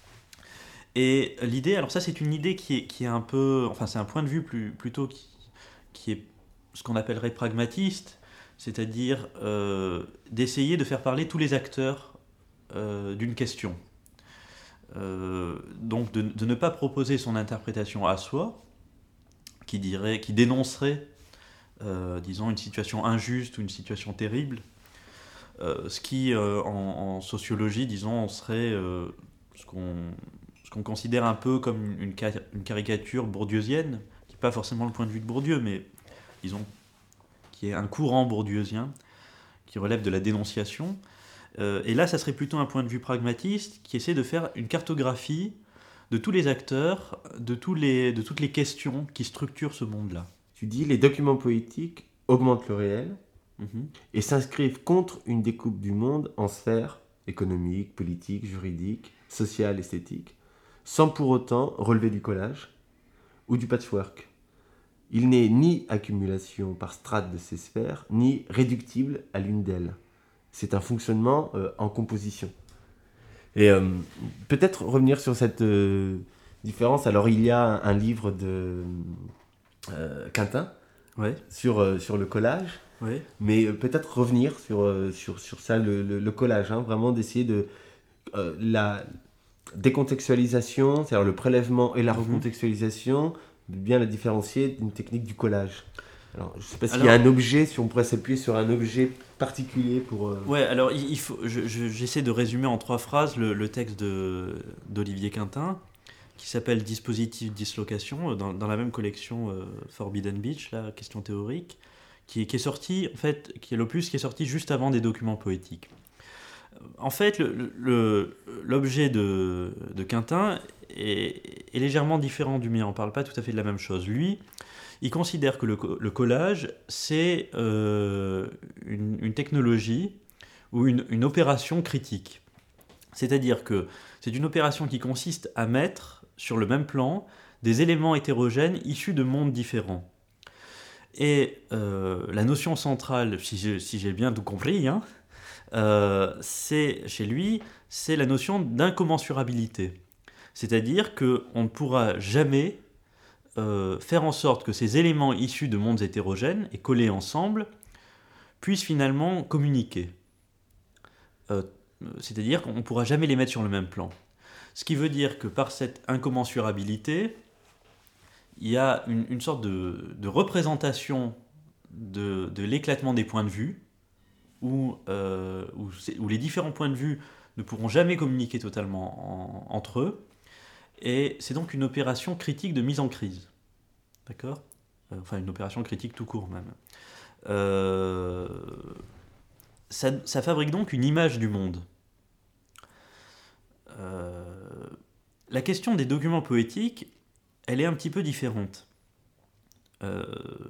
C: Et l'idée, alors ça c'est une idée qui est, qui est un peu, enfin c'est un point de vue plus, plutôt qui, qui est ce qu'on appellerait pragmatiste, c'est-à-dire euh, d'essayer de faire parler tous les acteurs euh, d'une question. Euh, donc de, de ne pas proposer son interprétation à soi, qui, dirait, qui dénoncerait, euh, disons, une situation injuste ou une situation terrible, euh, ce qui, euh, en, en sociologie, disons, serait euh, ce qu'on, ce qu'on considère un peu comme une, une, car- une caricature bourdieusienne, qui n'est pas forcément le point de vue de Bourdieu, mais, disons, qui est un courant bourdieusien, qui relève de la dénonciation. Euh, et là, ça serait plutôt un point de vue pragmatiste qui essaie de faire une cartographie de tous les acteurs, de, tous les, de toutes les questions qui structurent ce monde-là.
A: Tu dis les documents poétiques augmentent le réel
C: Mm-hmm.
A: et s'inscrivent contre une découpe du monde en sphères économiques, politiques, juridiques, sociales, esthétiques, sans pour autant relever du collage ou du patchwork. Il n'est ni accumulation par strates de ces sphères, ni réductible à l'une d'elles. C'est un fonctionnement euh, en composition. Et euh, peut-être revenir sur cette euh, différence. Alors, il y a un, un livre de euh, Quintin
C: Ouais,
A: sur, euh, sur le collage,
C: ouais.
A: mais euh, peut-être revenir sur, euh, sur, sur ça, le, le, le collage, hein, vraiment d'essayer de... Euh, la décontextualisation, c'est-à-dire le prélèvement et la
C: Mhm.
A: recontextualisation, de bien la différencier d'une technique du collage. Alors, je ne sais pas s'il
C: Alors-
A: y a un objet, si on pourrait s'appuyer sur un objet particulier pour... euh,
C: Ouais, alors il, il faut, je- je- j'essaie de résumer en trois phrases le, le texte de, d'Olivier Quintin, qui s'appelle Dispositif dislocation, euh, dans, dans la même collection euh, Forbidden Beach, la question théorique, qui est, qui est sorti, en fait, qui est l'opus qui est sorti juste avant des documents poétiques. En fait, le, le- l'objet de, de Quintin est, est légèrement différent du mien, on ne parle pas tout à fait de la même chose. Lui, il considère que le, co- le collage, c'est euh, une, une technologie ou une, une opération critique. C'est-à-dire que c'est une opération qui consiste à mettre sur le même plan des éléments hétérogènes issus de mondes différents. Et euh, la notion centrale, si j'ai, si j'ai bien tout compris, hein, euh, c'est, chez lui, c'est la notion d'incommensurabilité. C'est-à-dire qu'on ne pourra jamais euh, faire en sorte que ces éléments issus de mondes hétérogènes et collés ensemble puissent finalement communiquer. Euh, c'est-à-dire qu'on ne pourra jamais les mettre sur le même plan. Ce qui veut dire que par cette incommensurabilité, il y a une, une sorte de, de représentation de, de l'éclatement des points de vue, où, euh, où, c'est- où les différents points de vue ne pourront jamais communiquer totalement en- entre eux, et c'est donc une opération critique de mise en crise. D'accord ? Euh, Enfin, une opération critique tout court même. Euh, ça, ça fabrique donc une image du monde. Euh, la question des documents poétiques, elle est un petit peu différente. Euh,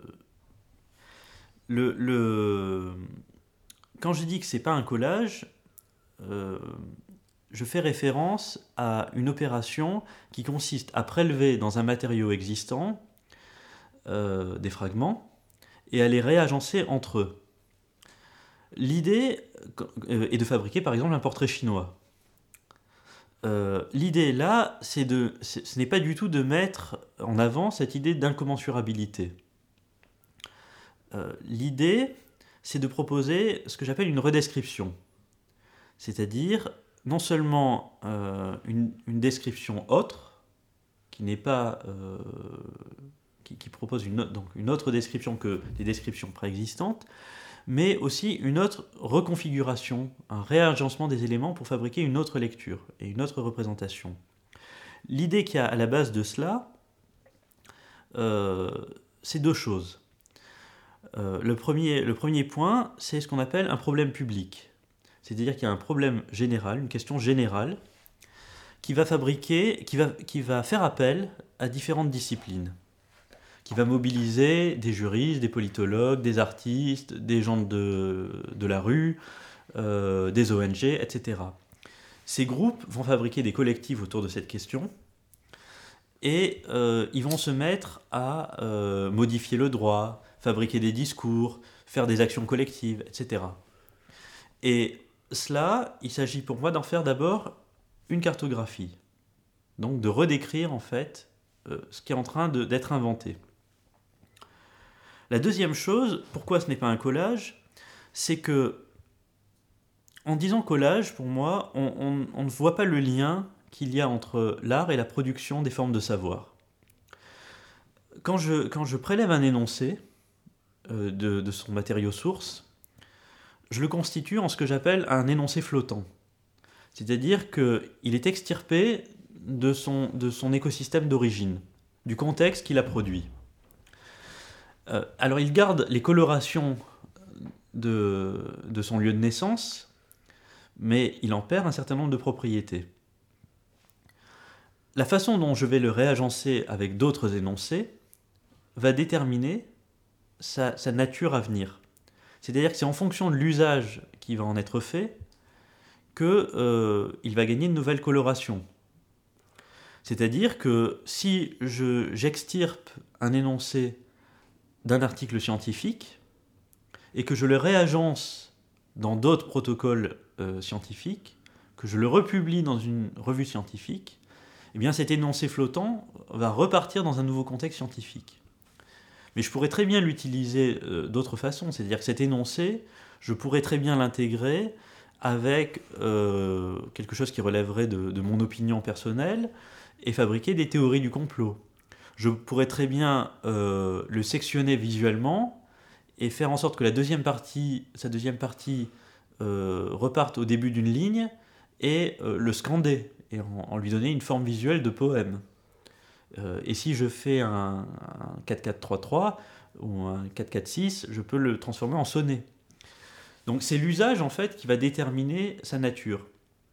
C: le, le- Quand je dis que c'est pas un collage, euh, je fais référence à une opération qui consiste à prélever dans un matériau existant euh, des fragments et à les réagencer entre eux. L'idée euh, est de fabriquer par exemple un portrait chinois. Euh, l'idée là, c'est de, c'est- ce n'est pas du tout de mettre en avant cette idée d'incommensurabilité. Euh, l'idée, c'est de proposer ce que j'appelle une redescription. C'est-à-dire non seulement euh, une, une description autre, qui n'est pas... euh, qui, qui propose une, autre- donc une autre description que les descriptions préexistantes, mais aussi une autre reconfiguration, un réagencement des éléments pour fabriquer une autre lecture et une autre représentation. L'idée qu'il y a à la base de cela, euh, c'est deux choses. Euh, le, premier, le premier point, c'est ce qu'on appelle un problème public. C'est-à-dire qu'il y a un problème général, une question générale, qui va fabriquer, qui va, qui va faire appel à différentes disciplines, qui qui va mobiliser des juristes, des politologues, des artistes, des gens de, de la rue, euh, des O N G, et cetera. Ces groupes vont fabriquer des collectifs autour de cette question et euh, ils vont se mettre à euh, modifier le droit, fabriquer des discours, faire des actions collectives, et cetera. Et cela, il s'agit pour moi d'en faire d'abord une cartographie. Donc de redécrire en fait euh, ce qui est en train de, d'être inventé. La deuxième chose, pourquoi ce n'est pas un collage, c'est que en disant collage, pour moi, on, on, on ne voit pas le lien qu'il y a entre l'art et la production des formes de savoir. Quand je, quand je prélève un énoncé euh, de, de son matériau source, je le constitue en ce que j'appelle un énoncé flottant. C'est-à-dire qu'il est extirpé de son, de son écosystème d'origine, du contexte qu'il a produit. Euh, alors il garde les colorations de, de son lieu de naissance, mais il en perd un certain nombre de propriétés. La façon dont je vais le réagencer avec d'autres énoncés va déterminer sa, sa nature à venir. C'est-à-dire que c'est en fonction de l'usage qui va en être fait qu'il euh, va gagner une nouvelle coloration. C'est-à-dire que si je, j'extirpe un énoncé d'un article scientifique et que je le réagence dans d'autres protocoles euh, scientifiques, que je le republie dans une revue scientifique, eh bien cet énoncé flottant va repartir dans un nouveau contexte scientifique. Mais je pourrais très bien l'utiliser euh, d'autres façons, c'est-à-dire que cet énoncé, je pourrais très bien l'intégrer avec euh, quelque chose qui relèverait de, de mon opinion personnelle et fabriquer des théories du complot. Je pourrais très bien euh, le sectionner visuellement et faire en sorte que la deuxième partie, sa deuxième partie euh, reparte au début d'une ligne et euh, le scander et en, en lui donner une forme visuelle de poème. Euh, et si je fais un, un quatre quatre trois trois ou un quatre quatre six, je peux le transformer en sonnet. Donc c'est l'usage en fait qui va déterminer sa nature.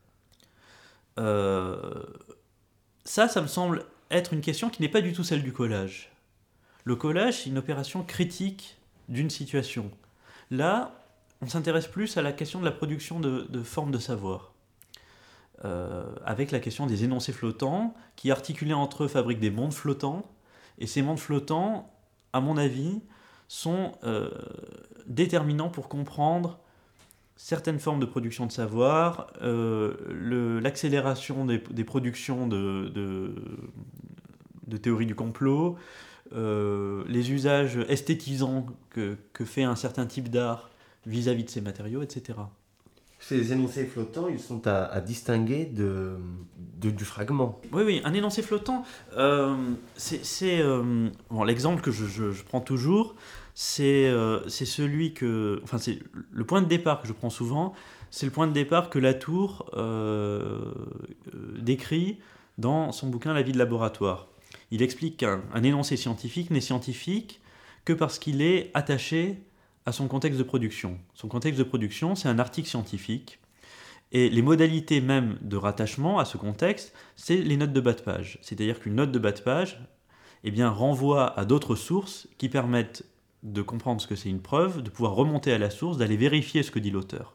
C: Euh, ça, ça me semble être une question qui n'est pas du tout celle du collage. Le collage, c'est une opération critique d'une situation. Là, on s'intéresse plus à la question de la production de, de formes de savoir. Euh, avec la question des énoncés flottants, qui articulés entre eux fabriquent des mondes flottants, et ces mondes flottants, à mon avis, sont euh, déterminants pour comprendre certaines formes de production de savoir, euh, le, l'accélération des, des productions de, de, de théories du complot, euh, les usages esthétisants que, que fait un certain type d'art vis-à-vis de ces matériaux, et cetera.
A: Ces énoncés flottants, ils sont à, à distinguer de, de, du fragment.
C: Oui, oui, un énoncé flottant, euh, c'est, c'est euh, bon, l'exemple que je, je, je prends toujours, c'est, euh, c'est celui que, enfin, c'est le point de départ que je prends souvent, c'est le point de départ que Latour euh, décrit dans son bouquin La vie de laboratoire. Il explique qu'un un énoncé scientifique n'est scientifique que parce qu'il est attaché à son contexte de production. Son contexte de production, c'est un article scientifique. Et les modalités même de rattachement à ce contexte, c'est les notes de bas de page. C'est-à-dire qu'une note de bas de page eh bien, renvoie à d'autres sources qui permettent de comprendre ce que c'est une preuve, de pouvoir remonter à la source, d'aller vérifier ce que dit l'auteur.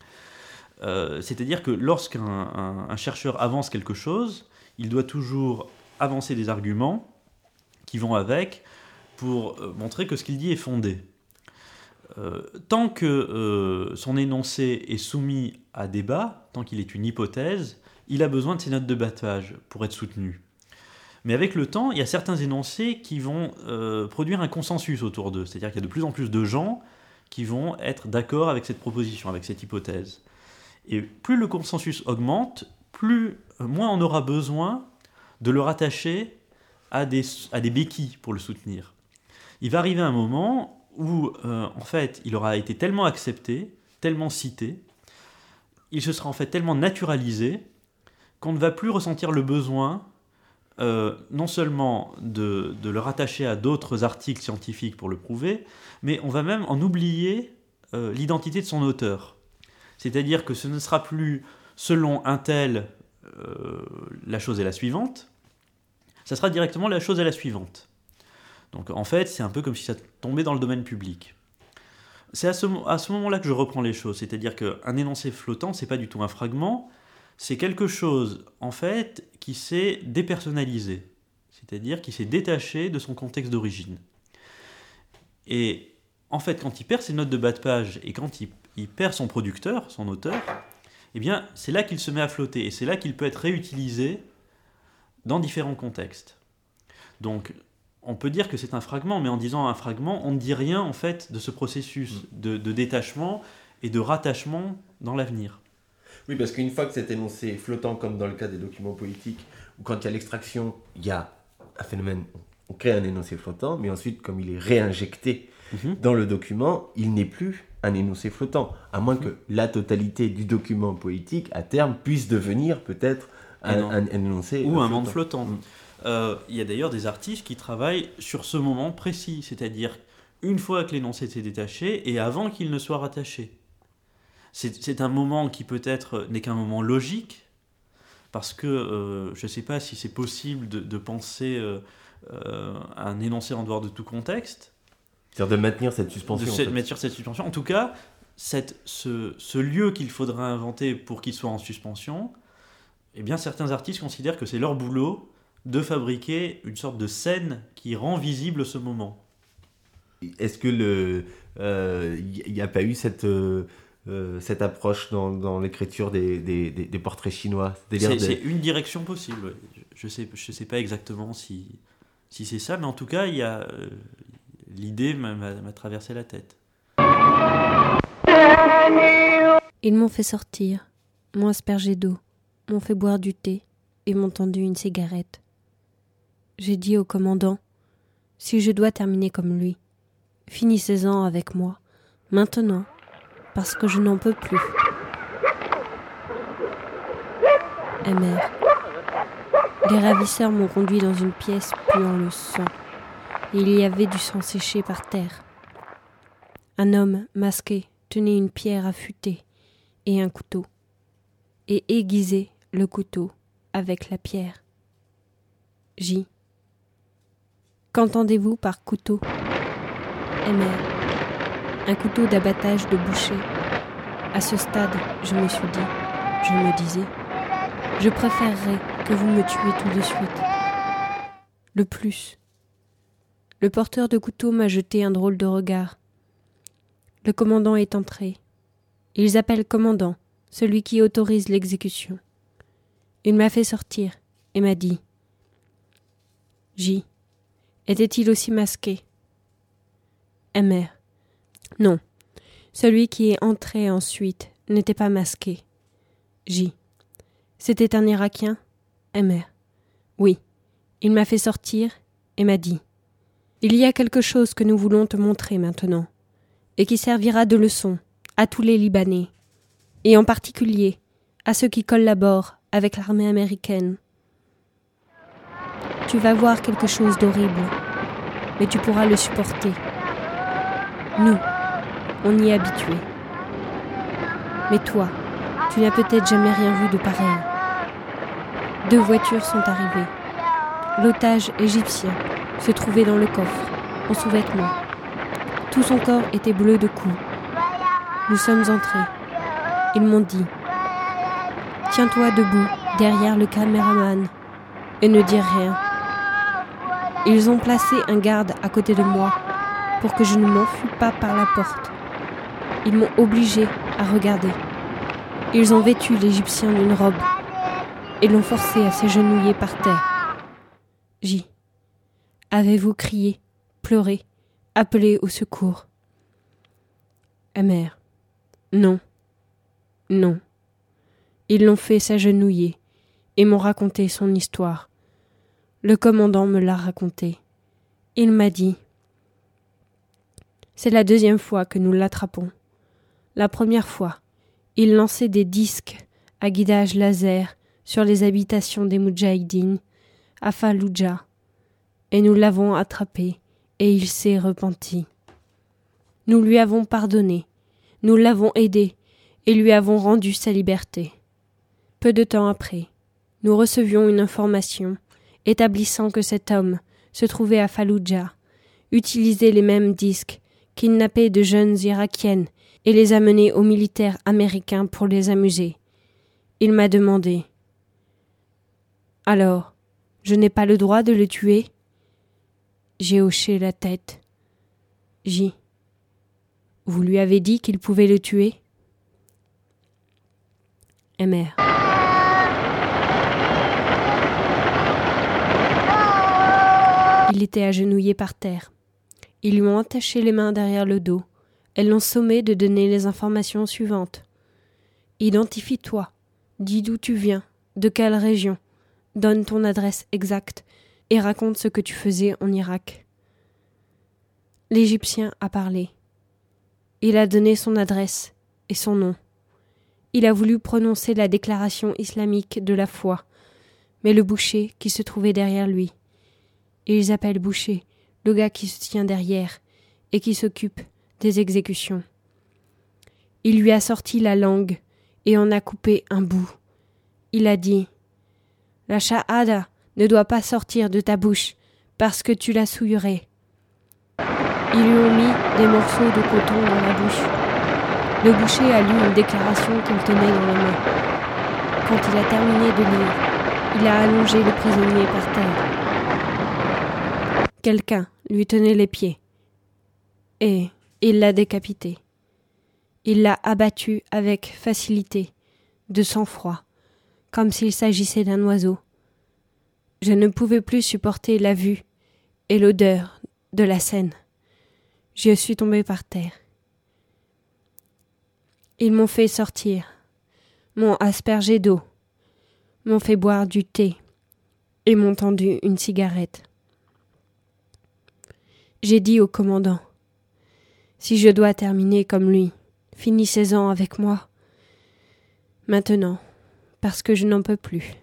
C: Euh, c'est-à-dire que lorsqu'un un, un chercheur avance quelque chose, il doit toujours avancer des arguments qui vont avec pour montrer que ce qu'il dit est fondé. Euh, tant que euh, son énoncé est soumis à débat, tant qu'il est une hypothèse, il a besoin de ces notes de bas de page pour être soutenu. Mais avec le temps, il y a certains énoncés qui vont euh, produire un consensus autour d'eux. C'est-à-dire qu'il y a de plus en plus de gens qui vont être d'accord avec cette proposition, avec cette hypothèse. Et plus le consensus augmente, plus, euh, moins on aura besoin de le rattacher à des, à des béquilles pour le soutenir. Il va arriver un moment où, euh, en fait, il aura été tellement accepté, tellement cité, il se sera en fait tellement naturalisé qu'on ne va plus ressentir le besoin euh, non seulement de, de le rattacher à d'autres articles scientifiques pour le prouver, mais on va même en oublier euh, l'identité de son auteur. C'est-à-dire que ce ne sera plus selon un tel, euh, la chose est la suivante, ça sera directement la chose est la suivante. Donc en fait, c'est un peu comme si ça tombait dans le domaine public. C'est à ce, à ce moment-là que je reprends les choses, c'est-à-dire qu'un énoncé flottant, c'est pas du tout un fragment, c'est quelque chose, en fait, qui s'est dépersonnalisé, c'est-à-dire qui s'est détaché de son contexte d'origine. Et en fait, quand il perd ses notes de bas de page et quand il, il perd son producteur, son auteur, eh bien, c'est là qu'il se met à flotter et c'est là qu'il peut être réutilisé dans différents contextes. Donc, on peut dire que c'est un fragment, mais en disant un fragment, on ne dit rien en fait de ce processus de, de détachement et de rattachement dans l'avenir.
A: Oui, parce qu'une fois que cet énoncé est flottant, comme dans le cas des documents politiques, où quand il y a l'extraction, il y a un phénomène, on crée un énoncé flottant, mais ensuite, comme il est réinjecté mmh. dans le document, il n'est plus un énoncé flottant, à moins mmh. que la totalité du document politique, à terme, puisse devenir peut-être un, un, un énoncé
C: ou
A: flottant.
C: un monde flottant. Mmh. Euh, il y a d'ailleurs des artistes qui travaillent sur ce moment précis, c'est-à-dire une fois que l'énoncé s'est détaché et avant qu'il ne soit rattaché. C'est, c'est un moment qui peut-être n'est qu'un moment logique, parce que euh, je ne sais pas si c'est possible de, de penser euh, euh, un énoncé en dehors de tout contexte.
A: C'est-à-dire de maintenir cette suspension.
C: De
A: en
C: se,
A: fait.
C: maintenir cette suspension. En tout cas, cette, ce, ce lieu qu'il faudra inventer pour qu'il soit en suspension, eh bien certains artistes considèrent que c'est leur boulot de fabriquer une sorte de scène qui rend visible ce moment.
A: Est-ce que le il euh, n'y a pas eu cette euh, euh, cette approche dans, dans l'écriture des, des, des, des portraits chinois?
C: C'est,
A: des...
C: c'est une direction possible. Je sais je sais pas exactement si si c'est ça, mais en tout cas il y a euh, l'idée m'a, m'a traversé la tête.
B: Ils m'ont fait sortir, m'ont aspergé d'eau, m'ont fait boire du thé et m'ont tendu une cigarette. J'ai dit au commandant, si je dois terminer comme lui, finissez-en avec moi, maintenant, parce que je n'en peux plus. Et mère, les ravisseurs m'ont conduit dans une pièce puant le sang, et il y avait du sang séché par terre. Un homme masqué tenait une pierre affûtée et un couteau, et aiguisait le couteau avec la pierre. J. Qu'entendez-vous par couteau? Et mère, un couteau d'abattage de boucher. À ce stade, je me suis dit, je me disais, je préférerais que vous me tuiez tout de suite. Le plus. Le porteur de couteau m'a jeté un drôle de regard. Le commandant est entré. Ils appellent commandant, celui qui autorise l'exécution. Il m'a fait sortir et m'a dit, J. Était-il aussi masqué? M R. Non. Celui qui est entré ensuite n'était pas masqué. J. C'était un Irakien? M R. Oui. Il m'a fait sortir et m'a dit. Il y a quelque chose que nous voulons te montrer maintenant, et qui servira de leçon à tous les Libanais, et en particulier à ceux qui collaborent avec l'armée américaine. Tu vas voir quelque chose d'horrible, mais tu pourras le supporter. Nous, on y est habitués. Mais toi, tu n'as peut-être jamais rien vu de pareil. Deux voitures sont arrivées. L'otage égyptien se trouvait dans le coffre, en sous-vêtements. Tout son corps était bleu de coups. Nous sommes entrés. Ils m'ont dit « Tiens-toi debout derrière le caméraman et ne dis rien. » Ils ont placé un garde à côté de moi pour que je ne m'enfuis pas par la porte. Ils m'ont obligé à regarder. Ils ont vêtu l'Égyptien d'une robe et l'ont forcé à s'agenouiller par terre. J. Avez-vous crié, pleuré, appelé au secours? Mère. Non. Non. Ils l'ont fait s'agenouiller et m'ont raconté son histoire. Le commandant me l'a raconté. Il m'a dit « C'est la deuxième fois que nous l'attrapons. La première fois, il lançait des disques à guidage laser sur les habitations des Moudjahidines à Falloujah, et nous l'avons attrapé et il s'est repenti. Nous lui avons pardonné, nous l'avons aidé et lui avons rendu sa liberté. Peu de temps après, nous recevions une information établissant que cet homme se trouvait à Falloujah utilisé les mêmes disques, kidnappé de jeunes Irakiennes et les amené aux militaires américains pour les amuser. Il m'a demandé « Alors, je n'ai pas le droit de le tuer ?» J'ai hoché la tête. J. Vous lui avez dit qu'il pouvait le tuer? M R. Il était agenouillé par terre. Ils lui ont attaché les mains derrière le dos. Elles l'ont sommé de donner les informations suivantes. Identifie-toi. Dis d'où tu viens. De quelle région. Donne ton adresse exacte et raconte ce que tu faisais en Irak. L'Égyptien a parlé. Il a donné son adresse et son nom. Il a voulu prononcer la déclaration islamique de la foi, mais le boucher qui se trouvait derrière lui. Et ils appellent boucher le gars qui se tient derrière et qui s'occupe des exécutions. Il lui a sorti la langue et en a coupé un bout. Il a dit « La shahada ne doit pas sortir de ta bouche parce que tu la souillerais. » Ils lui ont mis des morceaux de coton dans la bouche. Le boucher a lu une déclaration qu'il tenait dans la main. Quand il a terminé de lire, il a allongé le prisonnier par terre. Quelqu'un lui tenait les pieds. Et il l'a décapité. Il l'a abattu avec facilité, de sang-froid, comme s'il s'agissait d'un oiseau. Je ne pouvais plus supporter la vue et l'odeur de la scène. Je suis tombée par terre. Ils m'ont fait sortir, m'ont aspergé d'eau, m'ont fait boire du thé et m'ont tendu une cigarette. J'ai dit au commandant, si je dois terminer comme lui, finissez-en avec moi. Maintenant, parce que je n'en peux plus.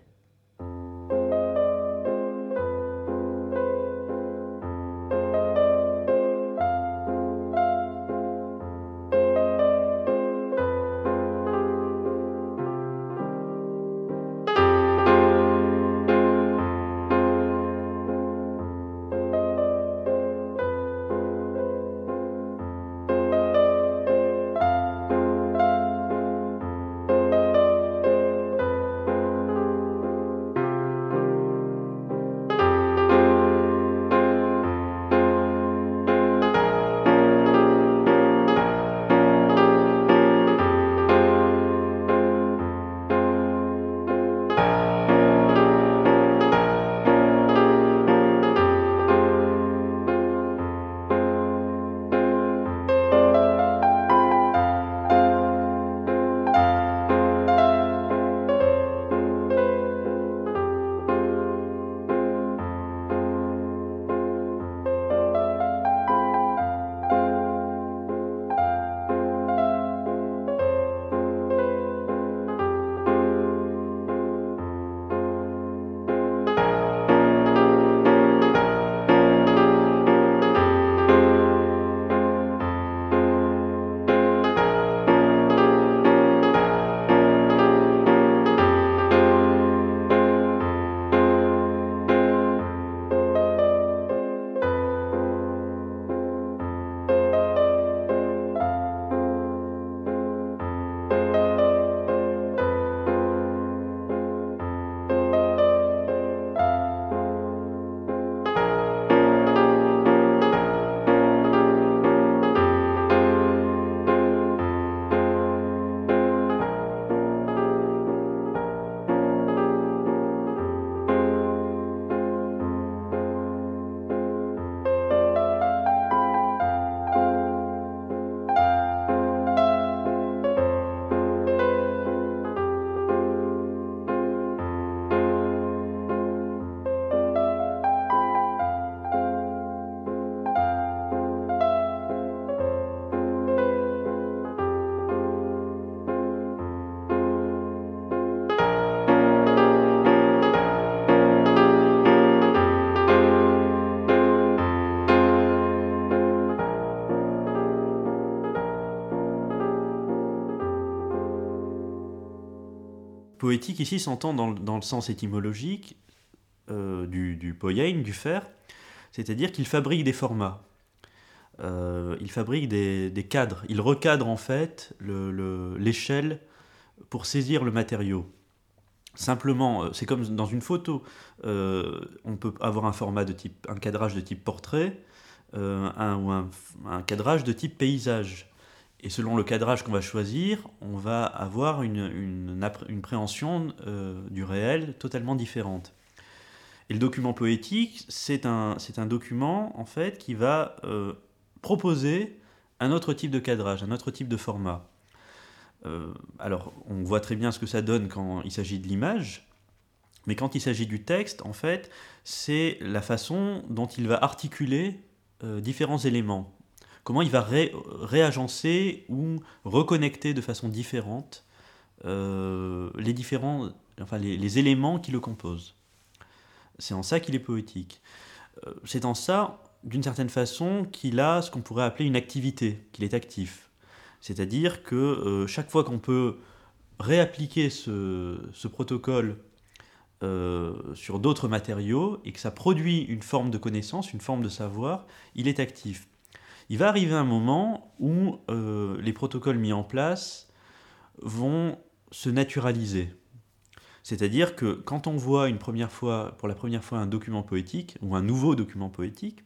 D: Poétique ici s'entend dans, dans le sens étymologique euh, du, du poiein, du faire, c'est-à-dire qu'il fabrique des formats. euh, il fabrique des, des cadres. Il recadre en fait le, le, l'échelle pour saisir le matériau. Simplement, c'est comme dans une photo. Euh, on peut avoir un format de type, un cadrage de type portrait, euh, un, ou un, un cadrage de type paysage. Et selon le cadrage qu'on va choisir, on va avoir une, une, une préhension euh, du réel totalement différente. Et le document poétique, c'est un, c'est un document en fait qui va euh, proposer un autre type de cadrage, un autre type de format. Euh, alors, on voit très bien ce que ça donne quand il s'agit de l'image, mais quand il s'agit du texte, en fait, c'est la façon dont il va articuler euh, différents éléments. Comment il va ré- réagencer ou reconnecter de façon différente euh, les différents, enfin les, les éléments qui le composent. C'est en ça qu'il est poétique. Euh, c'est en ça, d'une certaine façon, qu'il a ce qu'on pourrait appeler une activité, qu'il est actif. C'est-à-dire que euh, chaque fois qu'on peut réappliquer ce, ce protocole euh, sur d'autres matériaux et que ça produit une forme de connaissance, une forme de savoir, il est actif. Il va arriver un moment où euh, les protocoles mis en place vont se naturaliser. C'est-à-dire que quand on voit une première fois, pour la première fois un document poétique, ou un nouveau document poétique,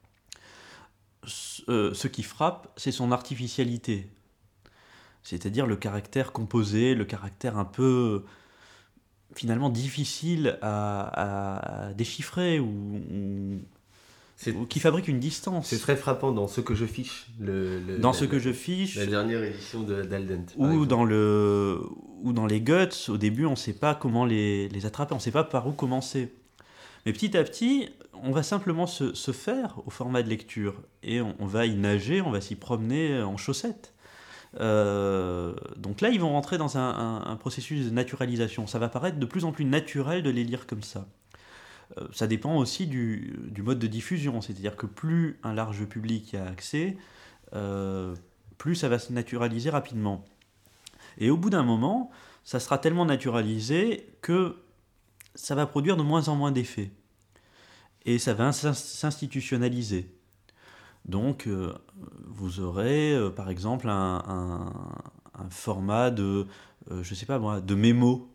D: ce, euh, ce qui frappe, c'est son artificialité. C'est-à-dire le caractère composé, le caractère un peu, finalement, difficile à, à déchiffrer, ou, ou
A: C'est,
D: ou qui fabrique une distance.
A: C'est très frappant dans Ce que je fiche. Le, le,
D: dans
A: la,
D: Ce que
A: la,
D: je fiche.
A: La dernière édition de, d'Aldent.
D: Ou dans, le, ou dans les Guts, au début, on ne sait pas comment les, les attraper, on ne sait pas par où commencer. Mais petit à petit, on va simplement se, se faire au format de lecture. Et on, on va y nager, on va s'y promener en chaussettes. Euh, donc là, ils vont rentrer dans un, un, un processus de naturalisation. Ça va paraître de plus en plus naturel de les lire comme ça. Ça dépend aussi du, du mode de diffusion, c'est-à-dire que plus un large public y a accès, euh, plus ça va se naturaliser rapidement. Et au bout d'un moment, ça sera tellement naturalisé que ça va produire de moins en moins d'effets. Et ça va s'institutionnaliser. Donc, euh, vous aurez, euh, par exemple, un, un, un format de, euh, je sais pas moi, de mémo,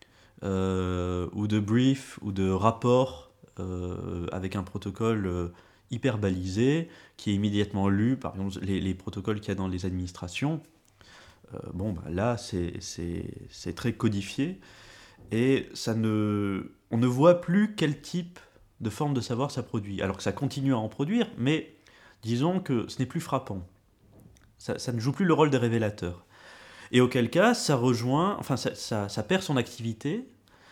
D: Euh, ou de brief, ou de rapport euh, avec un protocole euh, hyper balisé, qui est immédiatement lu, par exemple les, les protocoles qu'il y a dans les administrations. Euh, bon, bah, là, c'est, c'est, c'est très codifié, et ça ne, on ne voit plus quel type de forme de savoir ça produit, alors que ça continue à en produire, mais disons que ce n'est plus frappant. Ça, ça ne joue plus le rôle des révélateurs. Et auquel cas, ça rejoint, enfin, ça, ça, ça perd son activité,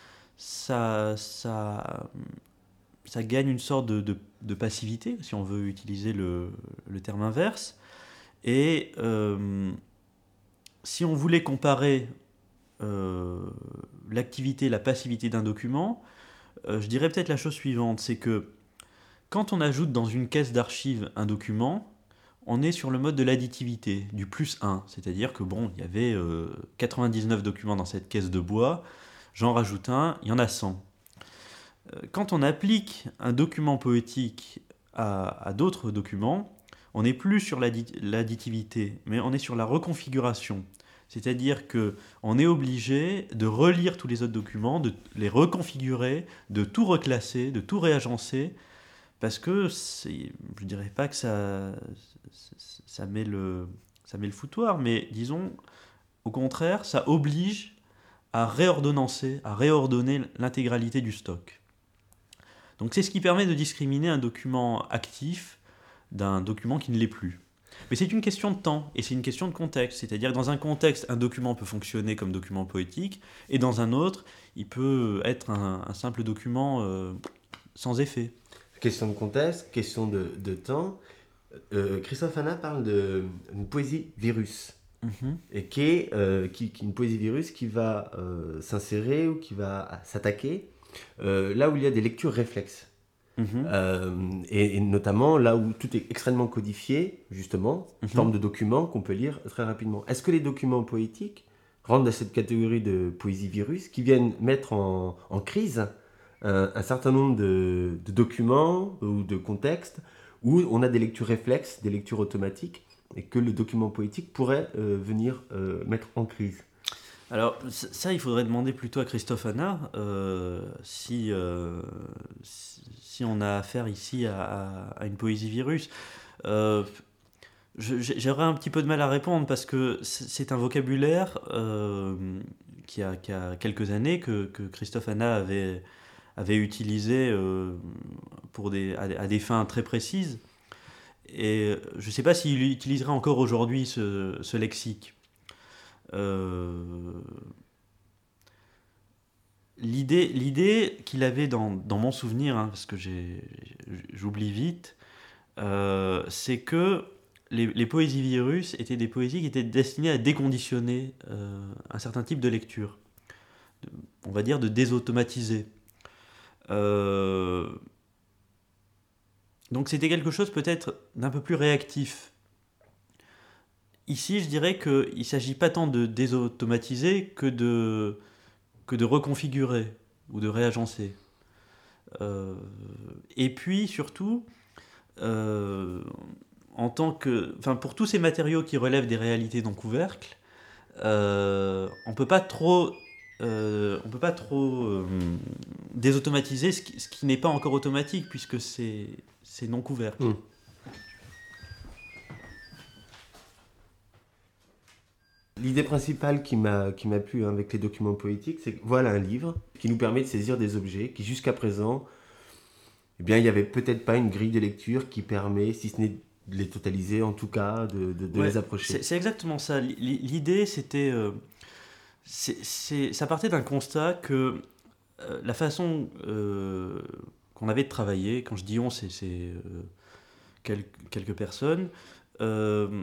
D: ça, ça, ça gagne une sorte de, de, de passivité, si on veut utiliser le, le terme inverse. Et euh, si on voulait comparer euh, l'activité, la passivité d'un document, euh, je dirais peut-être la chose suivante, c'est que quand on ajoute dans une caisse d'archives un document, on est sur le mode de l'additivité, du plus un. C'est-à-dire que bon, il y avait euh, quatre-vingt-dix-neuf documents dans cette caisse de bois, j'en rajoute un, il y en a cent. Euh, quand on applique un document poétique à, à d'autres documents, on n'est plus sur l'addi- l'additivité, mais on est sur la reconfiguration. C'est-à-dire qu'on est obligé de relire tous les autres documents, de les reconfigurer, de tout reclasser, de tout réagencer, parce que c'est, je ne dirais pas que ça, ça, met le, ça met le foutoir, mais disons, au contraire, ça oblige à réordonnancer, à réordonner l'intégralité du stock. Donc c'est ce qui permet de discriminer un document actif d'un document qui ne l'est plus. Mais c'est une question de temps, et c'est une question de contexte. C'est-à-dire que dans un contexte, un document peut fonctionner comme document poétique, et dans un autre, il peut être un, un simple document euh, sans effet.
A: Question de contexte, question de, de temps. Euh, Christophe Hanna parle d'une poésie virus, mm-hmm. et qui est, euh, qui, qui une poésie virus qui va euh, s'insérer ou qui va s'attaquer euh, là où il y a des lectures réflexes. Mm-hmm. Euh, et, et notamment là où tout est extrêmement codifié, justement, mm-hmm. forme de documents qu'on peut lire très rapidement. Est-ce que les documents poétiques rentrent dans cette catégorie de poésie virus qui viennent mettre en, en crise un, un certain nombre de, de documents ou de contextes où on a des lectures réflexes, des lectures automatiques, et que le document poétique pourrait euh, venir euh, mettre en crise.
D: Alors ça, il faudrait demander plutôt à Christophe Hanna euh, si, euh, si, si on a affaire ici à, à, à une poésie virus. Euh, je, j'aurais un petit peu de mal à répondre parce que c'est un vocabulaire euh, qui, a, qui a quelques années que, que Christophe Hanna avait, avait utilisé euh, pour des, à, à des fins très précises. Et je ne sais pas s'il utiliserait encore aujourd'hui ce, ce lexique. Euh, l'idée, l'idée qu'il avait dans, dans mon souvenir, hein, parce que j'ai, j'oublie vite, euh, c'est que les, les poésies virus étaient des poésies qui étaient destinées à déconditionner euh, un certain type de lecture, on va dire de désautomatiser. Euh, donc c'était quelque chose peut-être d'un peu plus réactif. Ici, je dirais qu'il ne s'agit pas tant de désautomatiser que de, que de reconfigurer ou de réagencer. Euh, et puis, surtout, euh, en tant que, enfin, pour tous ces matériaux qui relèvent des réalités non couvercles, euh, on ne peut pas trop, euh, on peut pas trop euh, désautomatiser ce qui, ce qui n'est pas encore automatique, puisque c'est, c'est non couvercle. Mmh.
A: L'idée principale qui m'a, qui m'a plu hein, avec les documents poétiques, c'est que voilà un livre qui nous permet de saisir des objets qui jusqu'à présent, eh bien, il n'y avait peut-être pas une grille de lecture qui permet, si ce n'est de les totaliser, en tout cas, de, de, de ouais, les approcher.
D: C'est, c'est exactement ça. L'idée, c'était... Euh, c'est, c'est, ça partait d'un constat que euh, la façon euh, qu'on avait de travailler, quand je dis on, c'est, c'est euh, quelques, quelques personnes... Euh,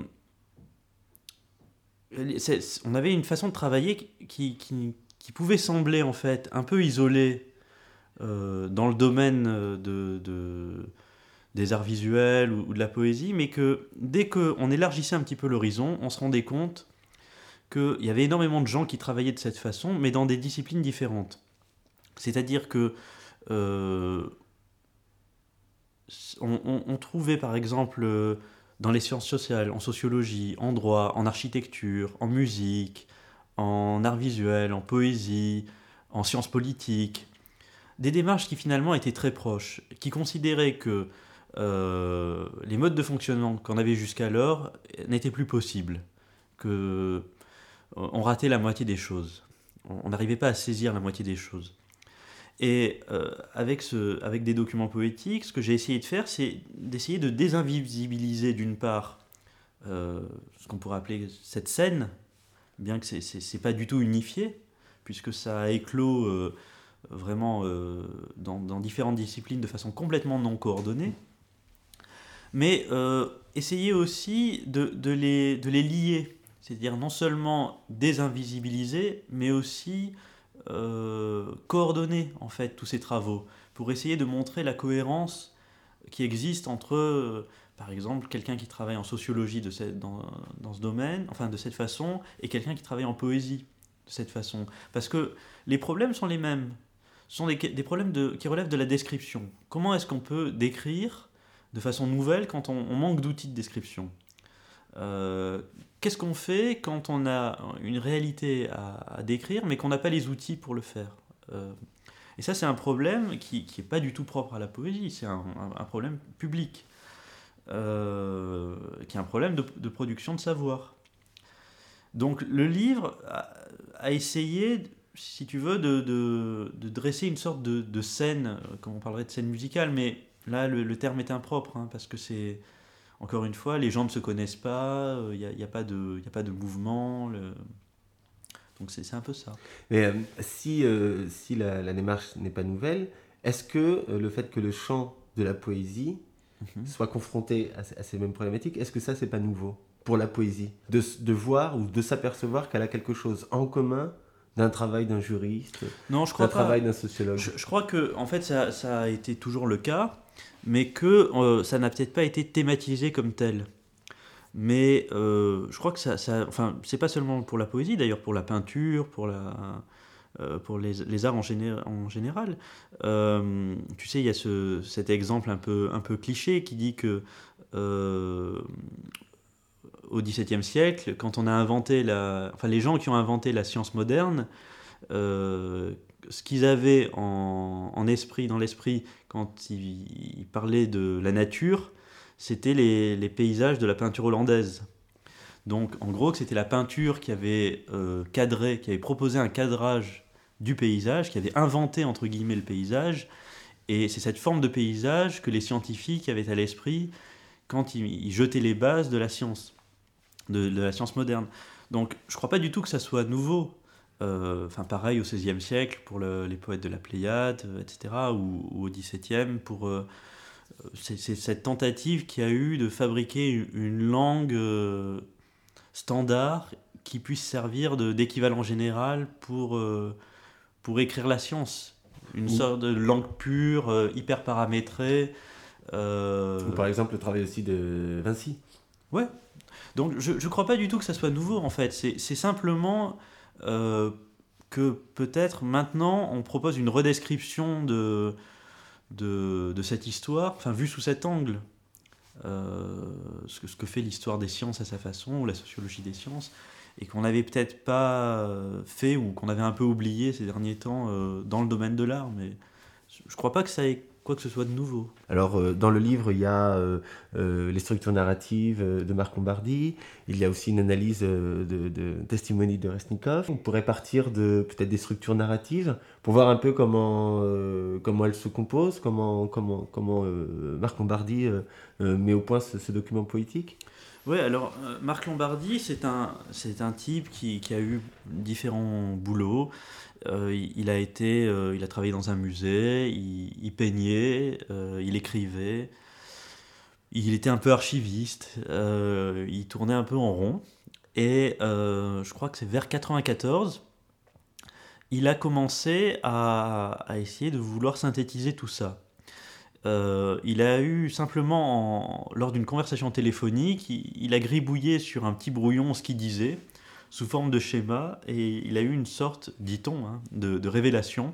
D: C'est, on avait une façon de travailler qui, qui, qui pouvait sembler en fait un peu isolée euh, dans le domaine de, de, des arts visuels ou, ou de la poésie, mais que dès qu'on élargissait un petit peu l'horizon, on se rendait compte qu'il y avait énormément de gens qui travaillaient de cette façon, mais dans des disciplines différentes. C'est-à-dire que euh, on, on, on trouvait par exemple... Euh, dans les sciences sociales, en sociologie, en droit, en architecture, en musique, en art visuel, en poésie, en sciences politiques, des démarches qui finalement étaient très proches, qui considéraient que euh, les modes de fonctionnement qu'on avait jusqu'alors n'étaient plus possibles, qu'on ratait la moitié des choses, on n'arrivait pas à saisir la moitié des choses. Et euh, avec, ce, avec des documents poétiques, ce que j'ai essayé de faire, c'est d'essayer de désinvisibiliser d'une part euh, ce qu'on pourrait appeler cette scène, bien que c'est, c'est, c'est pas du tout unifié, puisque ça a éclos euh, vraiment euh, dans, dans différentes disciplines de façon complètement non coordonnée, mais euh, essayer aussi de, de, les, de les lier, c'est-à-dire non seulement désinvisibiliser, mais aussi... Euh, coordonner en fait tous ces travaux pour essayer de montrer la cohérence qui existe entre euh, par exemple quelqu'un qui travaille en sociologie de cette, dans, dans ce domaine, enfin de cette façon, et quelqu'un qui travaille en poésie de cette façon, parce que les problèmes sont les mêmes, ce sont des, des problèmes de, qui relèvent de la description. Comment est-ce qu'on peut décrire de façon nouvelle quand on, on manque d'outils de description? Euh, qu'est-ce qu'on fait quand on a une réalité à, à décrire mais qu'on n'a pas les outils pour le faire? euh, Et ça, c'est un problème qui n'est pas du tout propre à la poésie, c'est un, un, un problème public, euh, qui est un problème de, de production de savoir. Donc le livre a, a essayé, si tu veux, de, de, de dresser une sorte de, de scène, comme on parlerait de scène musicale, mais là, le, le terme est impropre, hein, parce que c'est... Encore une fois, les gens ne se connaissent pas, il n'y a, y a pas de, y a pas de mouvement, le... donc c'est, c'est un peu ça.
A: Mais euh, si, euh, si la, la démarche n'est pas nouvelle, est-ce que euh, le fait que le champ de la poésie mm-hmm. soit confronté à, à ces mêmes problématiques, est-ce que ça, c'est pas nouveau pour la poésie, de, de voir ou de s'apercevoir qu'elle a quelque chose en commun d'un travail d'un juriste,
D: non, je crois
A: d'un
D: pas.
A: travail d'un sociologue?
D: Je, je crois que en fait, ça, ça a été toujours le cas, mais que euh, ça n'a peut-être pas été thématisé comme tel. Mais euh, je crois que ça, ça, enfin, c'est pas seulement pour la poésie, d'ailleurs, pour la peinture, pour la, euh, pour les, les arts en, géné en général. Euh, tu sais, il y a ce, cet exemple un peu, un peu cliché qui dit que euh, au dix-septième siècle, quand on a inventé la, enfin les gens qui ont inventé la science moderne, euh, ce qu'ils avaient en, en esprit, dans l'esprit, quand ils, ils parlaient de la nature, c'était les, les paysages de la peinture hollandaise. Donc, en gros, c'était la peinture qui avait euh, cadré, qui avait proposé un cadrage du paysage, qui avait inventé, entre guillemets, le paysage. Et c'est cette forme de paysage que les scientifiques avaient à l'esprit quand ils, ils jetaient les bases de la science, de, de la science moderne. Donc, je ne crois pas du tout que ça soit nouveau. Enfin, euh, pareil au seizième siècle pour le, les poètes de la Pléiade, euh, et cetera, ou, ou au dix-septième pour... Euh, c'est, c'est cette tentative qu'il y a eu de fabriquer une, une langue... Euh, standard qui puisse servir de, d'équivalent général pour, euh, pour écrire la science. Une Ou, sorte de langue pure, euh, hyper paramétrée.
A: Euh... Ou par exemple le travail aussi de Vinci.
D: Ouais. Donc je ne crois pas du tout que ça soit nouveau en fait. C'est, c'est simplement euh, que peut-être maintenant on propose une redescription de, de, de cette histoire, enfin vue sous cet angle. Euh, ce, que, ce que fait l'histoire des sciences à sa façon, ou la sociologie des sciences, et qu'on n'avait peut-être pas fait, ou qu'on avait un peu oublié ces derniers temps euh, dans le domaine de l'art, mais je ne crois pas que ça ait quoi que ce soit de nouveau.
A: Alors, euh, dans le livre, il y a euh, euh, les structures narratives de Marc Lombardi, il y a aussi une analyse euh, de, de testimonies de Resnikov. On pourrait partir de peut-être des structures narratives pour voir un peu comment, euh, comment elles se composent, comment, comment, comment euh, Marc Lombardi euh, euh, met au point ce, ce document poétique.
D: Oui, alors euh, Marc Lombardi, c'est un, c'est un type qui, qui a eu différents boulots. Euh, il, il, a été, euh, il a travaillé dans un musée, il, il peignait, euh, il écrivait, il était un peu archiviste, euh, il tournait un peu en rond. Et euh, je crois que c'est vers quatre-vingt-quatorze, il a commencé à, à essayer de vouloir synthétiser tout ça. Euh, il a eu simplement, en, lors d'une conversation téléphonique, il, il a gribouillé sur un petit brouillon ce qu'il disait, sous forme de schéma, et il a eu une sorte, dit-on, hein, de, de révélation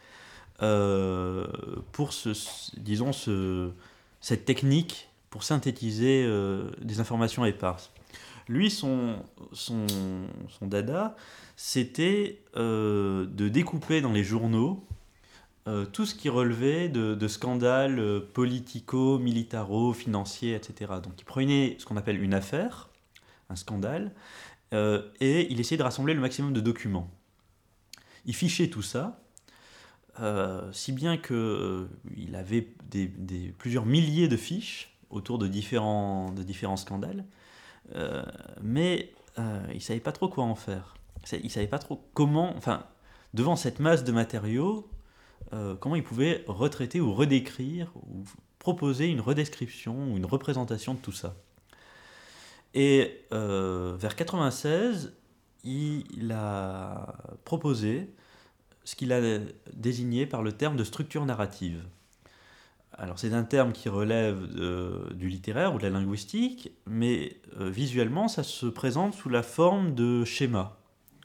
D: euh, pour, ce, disons, ce, cette technique pour synthétiser euh, des informations éparses. Lui, son, son, son dada, c'était euh, de découper dans les journaux Euh, tout ce qui relevait de, de scandales euh, politico, militaro, financiers, et cetera. Donc il prenait ce qu'on appelle une affaire, un scandale, euh, et il essayait de rassembler le maximum de documents. Il fichait tout ça, euh, si bien qu'il euh, avait des, des, plusieurs milliers de fiches autour de différents, de différents scandales, euh, mais euh, il ne savait pas trop quoi en faire. Il ne savait pas trop comment, enfin, devant cette masse de matériaux, Euh, comment il pouvait retraiter ou redécrire ou proposer une redescription ou une représentation de tout ça. Et euh, vers quatre-vingt-seize, il a proposé ce qu'il a désigné par le terme de structure narrative. Alors c'est un terme qui relève de, du littéraire ou de la linguistique, mais euh, visuellement ça se présente sous la forme de schéma.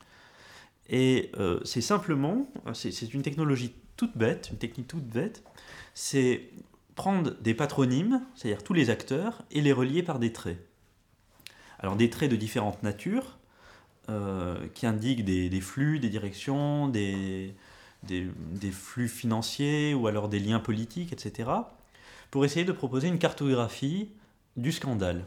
D: Et euh, c'est simplement, c'est, c'est une technologie toute bête, une technique toute bête, c'est prendre des patronymes, c'est-à-dire tous les acteurs, et les relier par des traits. Alors des traits de différentes natures, euh, qui indiquent des, des flux, des directions, des, des, des flux financiers, ou alors des liens politiques, et cetera, pour essayer de proposer une cartographie du scandale.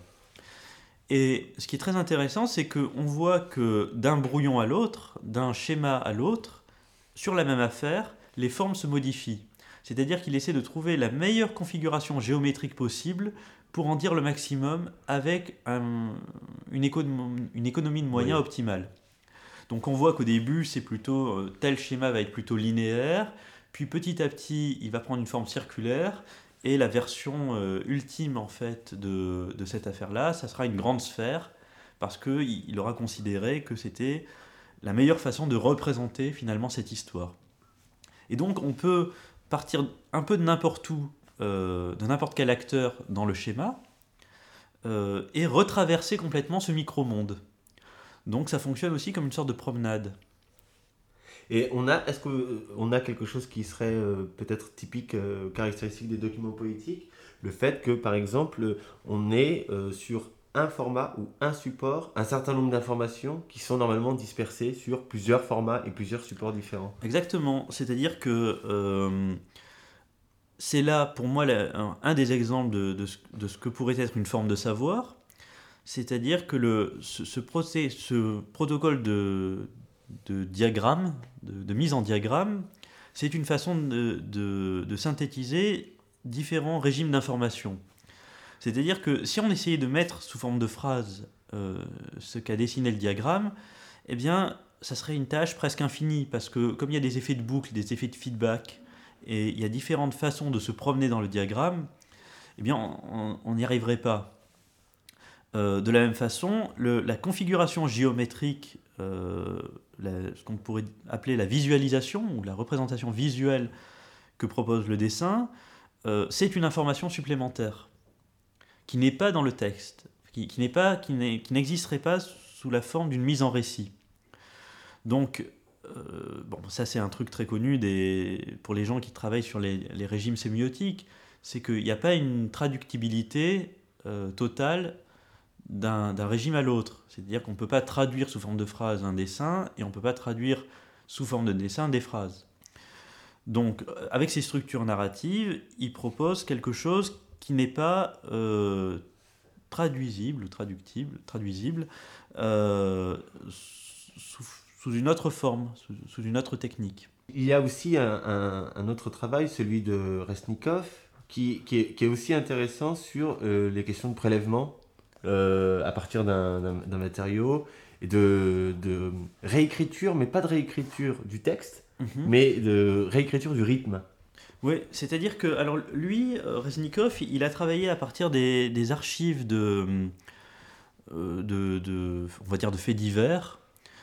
D: Et ce qui est très intéressant, c'est qu'on voit que d'un brouillon à l'autre, d'un schéma à l'autre, sur la même affaire, les formes se modifient. C'est-à-dire qu'il essaie de trouver la meilleure configuration géométrique possible pour en dire le maximum avec un, une, économie, une économie de moyens oui. optimale. Donc on voit qu'au début, c'est plutôt, euh, tel schéma va être plutôt linéaire, puis petit à petit, il va prendre une forme circulaire, et la version euh, ultime en fait, de, de cette affaire-là, ça sera une grande sphère, parce qu'il il aura considéré que c'était la meilleure façon de représenter finalement cette histoire. Et donc on peut partir un peu de n'importe où, euh, de n'importe quel acteur dans le schéma, euh, et retraverser complètement ce micro-monde. Donc ça fonctionne aussi comme une sorte de promenade.
A: Et on a, est-ce qu'on a quelque chose qui serait euh, peut-être typique, euh, caractéristique des documents poétiques? Le fait que, par exemple, on est euh, sur un format ou un support, un certain nombre d'informations qui sont normalement dispersées sur plusieurs formats et plusieurs supports différents.
D: Exactement, c'est-à-dire que euh, c'est là, pour moi, la, un, un des exemples de, de, ce, de ce que pourrait être une forme de savoir, c'est-à-dire que le, ce, ce, procès, ce protocole de, de diagramme, de, de mise en diagramme, c'est une façon de, de, de synthétiser différents régimes d'information. C'est-à-dire que si on essayait de mettre sous forme de phrase euh, ce qu'a dessiné le diagramme, eh bien, ça serait une tâche presque infinie, parce que comme il y a des effets de boucle, des effets de feedback, et il y a différentes façons de se promener dans le diagramme, eh bien, on n'y arriverait pas. Euh, de la même façon, le, la configuration géométrique, euh, la, ce qu'on pourrait appeler la visualisation, ou la représentation visuelle que propose le dessin, euh, c'est une information supplémentaire, qui n'est pas dans le texte, qui, qui, n'est pas, qui, n'est, qui n'existerait pas sous la forme d'une mise en récit. Donc, euh, bon, ça c'est un truc très connu des, pour les gens qui travaillent sur les, les régimes sémiotiques, c'est qu'il n'y a pas une traductibilité euh, totale d'un, d'un régime à l'autre. C'est-à-dire qu'on ne peut pas traduire sous forme de phrase un dessin, et on ne peut pas traduire sous forme de dessin des phrases. Donc, avec ces structures narratives, il propose quelque chose qui n'est pas euh, traduisible, traductible, traduisible euh, sous, sous une autre forme, sous, sous une autre technique.
A: Il y a aussi un, un, un autre travail, celui de Resnikov, qui, qui, est, qui est aussi intéressant sur euh, les questions de prélèvement euh, à partir d'un, d'un, d'un matériau, et de, de réécriture, mais pas de réécriture du texte, mm-hmm. mais de réécriture du rythme.
D: Oui, c'est-à-dire que, alors lui, Resnikov, il a travaillé à partir des, des archives de, euh, de, de, on va dire de faits divers,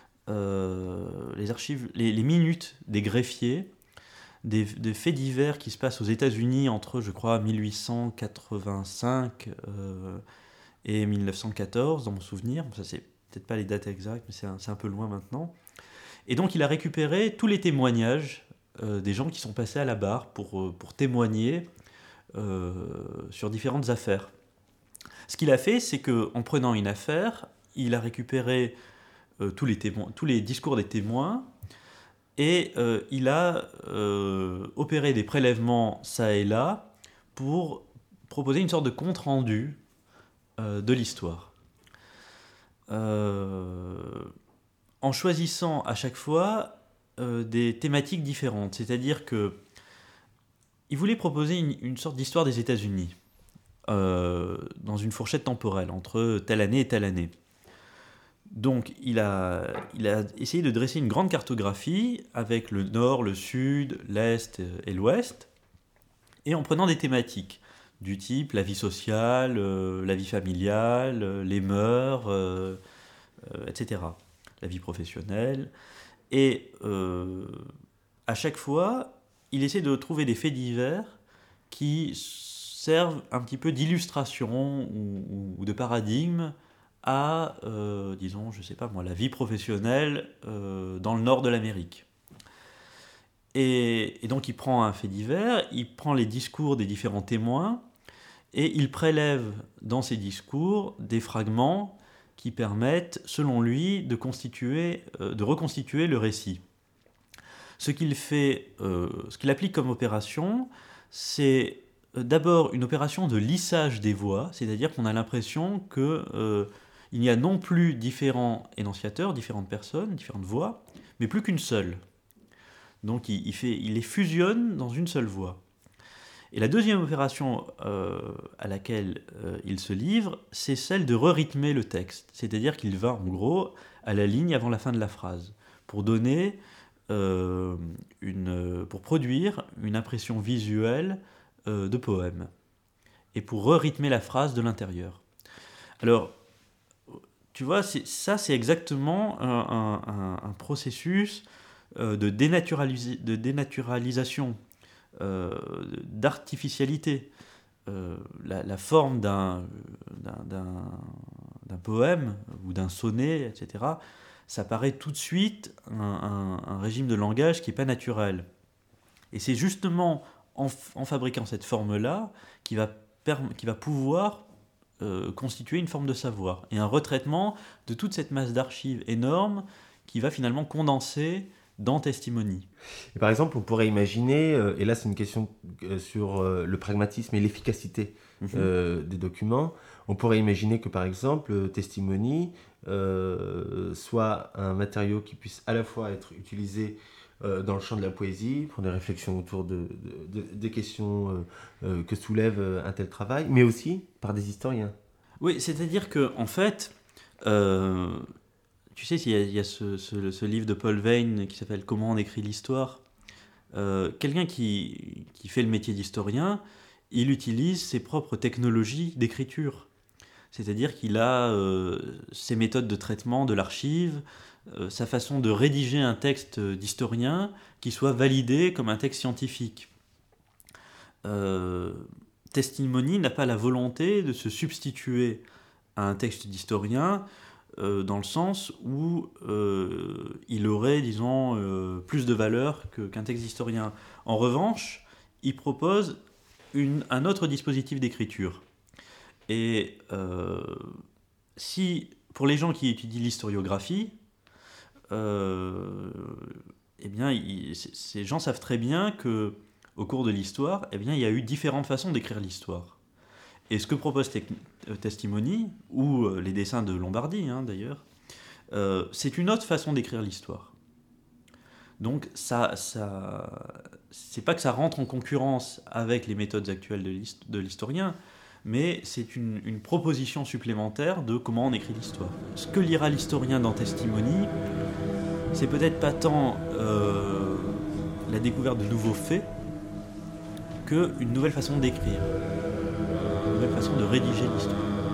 D: euh, les archives, les, les minutes des greffiers, des, des faits divers qui se passent aux États-Unis entre, je crois, mille huit cent quatre-vingt-cinq euh, et mille neuf cent quatorze, dans mon souvenir. Ça, c'est peut-être pas les dates exactes, mais c'est un, c'est un peu loin maintenant. Et donc, il a récupéré tous les témoignages Euh, des gens qui sont passés à la barre pour, euh, pour témoigner euh, sur différentes affaires. Ce qu'il a fait, c'est qu'en prenant une affaire, il a récupéré euh, tous, les témoins, tous les discours des témoins et euh, il a euh, opéré des prélèvements ça et là pour proposer une sorte de compte-rendu euh, de l'histoire. Euh, en choisissant à chaque fois Euh, des thématiques différentes, c'est-à-dire que il voulait proposer une, une sorte d'histoire des États-Unis euh, dans une fourchette temporelle entre telle année et telle année. Donc il a, il a essayé de dresser une grande cartographie avec le nord, le sud, l'est et l'ouest, et en prenant des thématiques du type la vie sociale, euh, la vie familiale, euh, les mœurs, euh, euh, et cetera, la vie professionnelle. Et euh, à chaque fois, il essaie de trouver des faits divers qui servent un petit peu d'illustration ou, ou de paradigme à, euh, disons, je sais pas moi, la vie professionnelle euh, dans le nord de l'Amérique. Et, et donc il prend un fait divers, il prend les discours des différents témoins et il prélève dans ces discours des fragments qui permettent, selon lui, de, constituer, euh, de reconstituer le récit. Ce qu'il fait, euh, ce qu'il applique comme opération, c'est d'abord une opération de lissage des voix, c'est-à-dire qu'on a l'impression qu'il euh, n'y a non plus différents énonciateurs, différentes personnes, différentes voix, mais plus qu'une seule. Donc il, il, fait, il les fusionne dans une seule voix. Et la deuxième opération euh, à laquelle euh, il se livre, c'est celle de re-rythmer le texte. C'est-à-dire qu'il va, en gros, à la ligne avant la fin de la phrase, pour donner, euh, une, pour produire une impression visuelle euh, de poème, et pour re-rythmer la phrase de l'intérieur. Alors, tu vois, c'est, ça, c'est exactement un, un, un processus euh, de, dénaturalis- de dénaturalisation, Euh, d'artificialité. Euh, la, la forme d'un, d'un, d'un, d'un poème ou d'un sonnet, et cetera, ça paraît tout de suite un, un, un régime de langage qui n'est pas naturel. Et c'est justement en, en fabriquant cette forme-là qui va, perm- qui va pouvoir euh, constituer une forme de savoir et un retraitement de toute cette masse d'archives énorme qui va finalement condenser dans Testimony.
A: Et par exemple, on pourrait imaginer, euh, et là c'est une question euh, sur euh, le pragmatisme et l'efficacité mmh. euh, des documents, on pourrait imaginer que par exemple, Testimony euh, soit un matériau qui puisse à la fois être utilisé euh, dans le champ de la poésie, pour des réflexions autour de, de, de, des questions euh, euh, que soulève un tel travail, mais aussi par des historiens.
D: Oui, c'est-à-dire que en fait... Euh, Tu sais, il y a, il y a ce, ce, ce livre de Paul Veyne qui s'appelle « Comment on écrit l'histoire ». Euh, quelqu'un qui, qui fait le métier d'historien, il utilise ses propres technologies d'écriture. C'est-à-dire qu'il a euh, ses méthodes de traitement de l'archive, euh, sa façon de rédiger un texte d'historien qui soit validé comme un texte scientifique. Euh, Testimony n'a pas la volonté de se substituer à un texte d'historien, Euh, dans le sens où euh, il aurait, disons, euh, plus de valeur que, qu'un texte d'historien. En revanche, il propose une, un autre dispositif d'écriture. Et euh, si, pour les gens qui étudient l'historiographie, euh, eh bien, il, ces gens savent très bien qu'au cours de l'histoire, eh bien, il y a eu différentes façons d'écrire l'histoire. Et ce que propose te- Testimony, ou euh, les dessins de Lombardi hein, d'ailleurs, euh, c'est une autre façon d'écrire l'histoire. Donc ça, ça, c'est pas que ça rentre en concurrence avec les méthodes actuelles de, l'hist- de l'historien, mais c'est une, une proposition supplémentaire de comment on écrit l'histoire. Ce que lira l'historien dans Testimony, c'est peut-être pas tant euh, la découverte de nouveaux faits qu'une nouvelle façon d'écrire. Une nouvelle façon de rédiger l'histoire.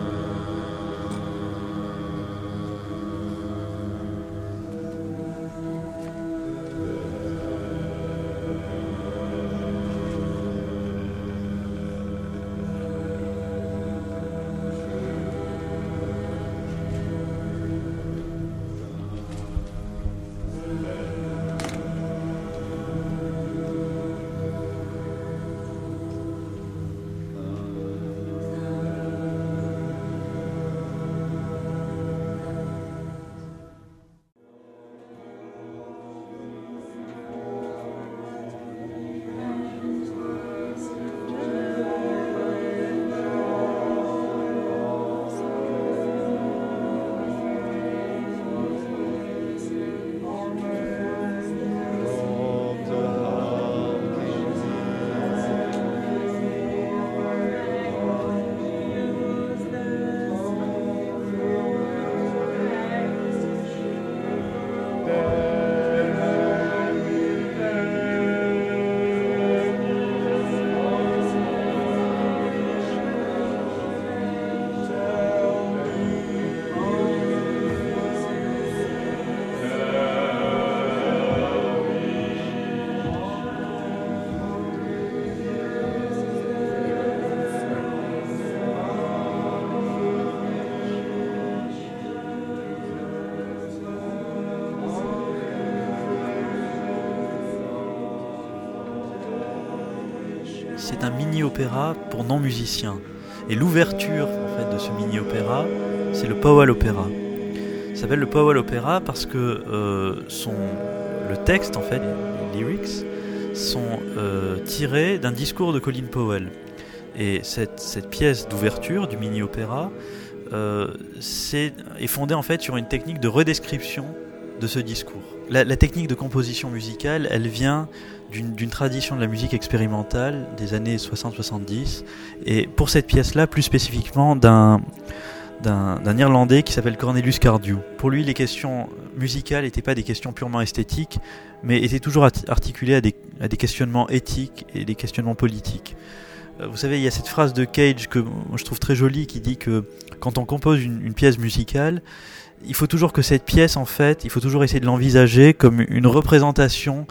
D: C'est un mini-opéra pour non-musiciens. Et l'ouverture en fait, de ce mini-opéra, c'est le Powell Opera. Ça s'appelle le Powell Opera parce que euh, son, le texte, en fait, les lyrics, sont euh, tirés d'un discours de Colin Powell. Et cette, cette pièce d'ouverture du mini-opéra euh, c'est, est fondée en fait sur une technique de redescription de ce discours. La, la technique de composition musicale, elle vient d'une, d'une tradition de la musique expérimentale des années soixante soixante-dix, et pour cette pièce-là, plus spécifiquement d'un, d'un, d'un Irlandais qui s'appelle Cornelius Cardew. Pour lui, les questions musicales n'étaient pas des questions purement esthétiques, mais étaient toujours articulées à des, à des questionnements éthiques et des questionnements politiques. Vous savez, il y a cette phrase de Cage que moi, je trouve très jolie qui dit que quand on compose une, une pièce musicale, il faut toujours que cette pièce, en fait, il faut toujours essayer de l'envisager comme une représentation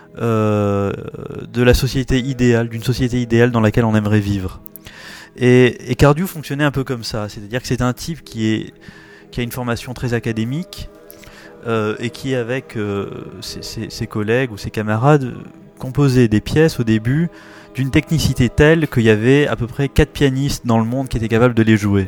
D: euh, de la société idéale, d'une société idéale dans laquelle on aimerait vivre. Et, et Cardew fonctionnait un peu comme ça, c'est-à-dire que c'est un type qui, est, qui a une formation très académique,
C: euh, et qui, avec euh, ses, ses, ses collègues ou ses camarades, composait des pièces au début d'une technicité telle qu'il y avait à peu près quatre pianistes dans le monde qui étaient capables de les jouer.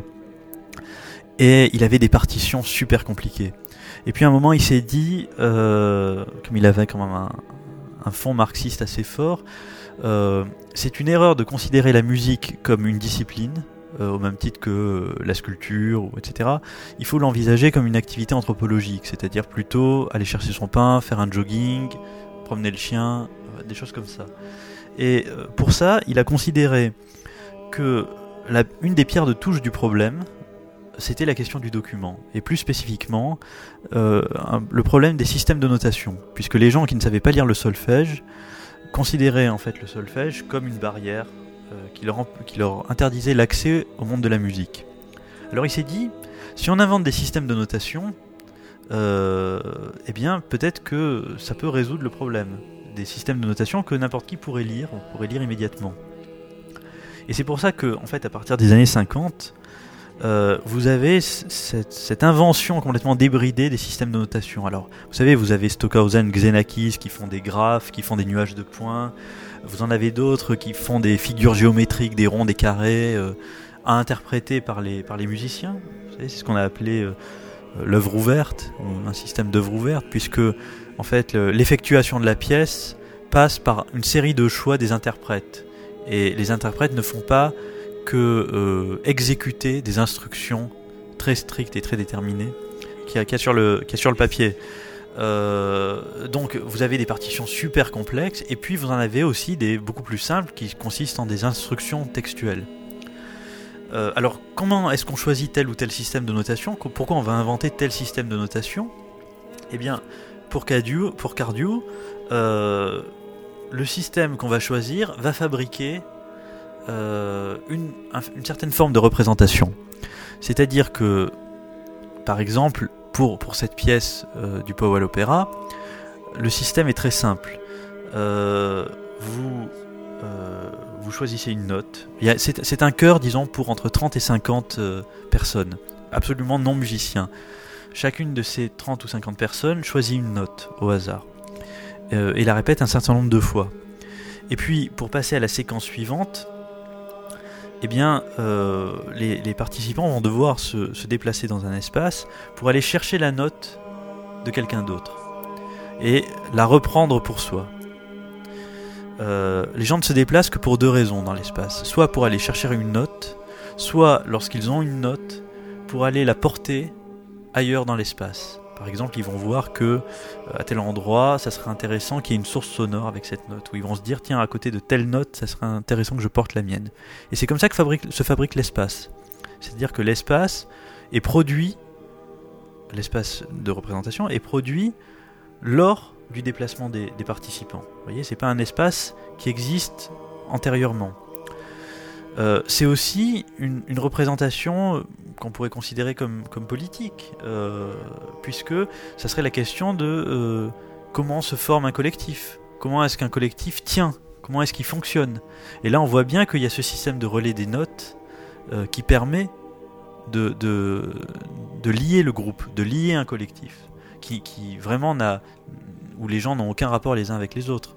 C: Et il avait des partitions super compliquées. Et puis à un moment, il s'est dit, euh, comme il avait quand même un, un fond marxiste assez fort, euh, c'est une erreur de considérer la musique comme une discipline, euh, au même titre que euh, la sculpture, et cetera. Il faut l'envisager comme une activité anthropologique, c'est-à-dire plutôt aller chercher son pain, faire un jogging, promener le chien, euh, des choses comme ça. Et euh, pour ça, il a considéré que la, une des pierres de touche du problème, c'était la question du document, et plus spécifiquement euh, un, le problème des systèmes de notation, puisque les gens qui ne savaient pas lire le solfège considéraient en fait le solfège comme une barrière euh, qui, leur, qui leur interdisait l'accès au monde de la musique. Alors il s'est dit, si on invente des systèmes de notation, euh, eh bien peut-être que ça peut résoudre le problème, des systèmes de notation que n'importe qui pourrait lire, on pourrait lire immédiatement. Et c'est pour ça que, en fait, à partir des années cinquante, Euh, vous avez cette, cette invention complètement débridée des systèmes de notation. Alors, vous savez, vous avez Stockhausen, Xenakis qui font des graphes, qui font des nuages de points. Vous en avez d'autres qui font des figures géométriques, des ronds, des carrés, euh, à interpréter par les, par les musiciens. Vous savez, c'est ce qu'on a appelé euh, l'œuvre ouverte, ou un système d'œuvre ouverte, puisque, en fait, le, l'effectuation de la pièce passe par une série de choix des interprètes. Et les interprètes ne font pas que euh, exécuter des instructions très strictes et très déterminées qu'il y a, qu'il y a, sur, le, qu'il y a sur le papier. Euh, donc vous avez des partitions super complexes, et puis vous en avez aussi des beaucoup plus simples qui consistent en des instructions textuelles. Euh, alors comment est-ce qu'on choisit tel ou tel système de notation ? Pourquoi on va inventer tel système de notation ? Eh bien, pour Cardew, pour Cardew euh, le système qu'on va choisir va fabriquer Euh, une, un, une certaine forme de représentation. C'est-à-dire que, par exemple, pour, pour cette pièce euh, du Powell Opera, le système est très simple. Euh, vous, euh, vous choisissez une note. Il y a, c'est, c'est un chœur, disons, pour entre trente et cinquante euh, personnes, absolument non musiciens. Chacune de ces trente ou cinquante personnes choisit une note au hasard euh, et la répète un certain nombre de fois. Et puis, pour passer à la séquence suivante, eh bien, euh, les, les participants vont devoir se, se déplacer dans un espace pour aller chercher la note de quelqu'un d'autre et la reprendre pour soi. Euh, les gens ne se déplacent que pour deux raisons dans l'espace. Soit pour aller chercher une note, soit lorsqu'ils ont une note, pour aller la porter ailleurs dans l'espace. Par exemple, ils vont voir que à tel endroit, ça serait intéressant qu'il y ait une source sonore avec cette note. Ou ils vont se dire, tiens, à côté de telle note, ça serait intéressant que je porte la mienne. Et c'est comme ça que fabrique, se fabrique l'espace. C'est-à-dire que l'espace est produit, l'espace de représentation est produit lors du déplacement des, des participants. Vous voyez, c'est pas un espace qui existe antérieurement. Euh, c'est aussi une, une représentation qu'on pourrait considérer comme, comme politique, euh, puisque ça serait la question de euh, comment se forme un collectif, comment est-ce qu'un collectif tient, comment est-ce qu'il fonctionne. Et là on voit bien qu'il y a ce système de relais des notes euh, qui permet de, de, de lier le groupe, de lier un collectif, qui, qui vraiment n'a, où les gens n'ont aucun rapport les uns avec les autres.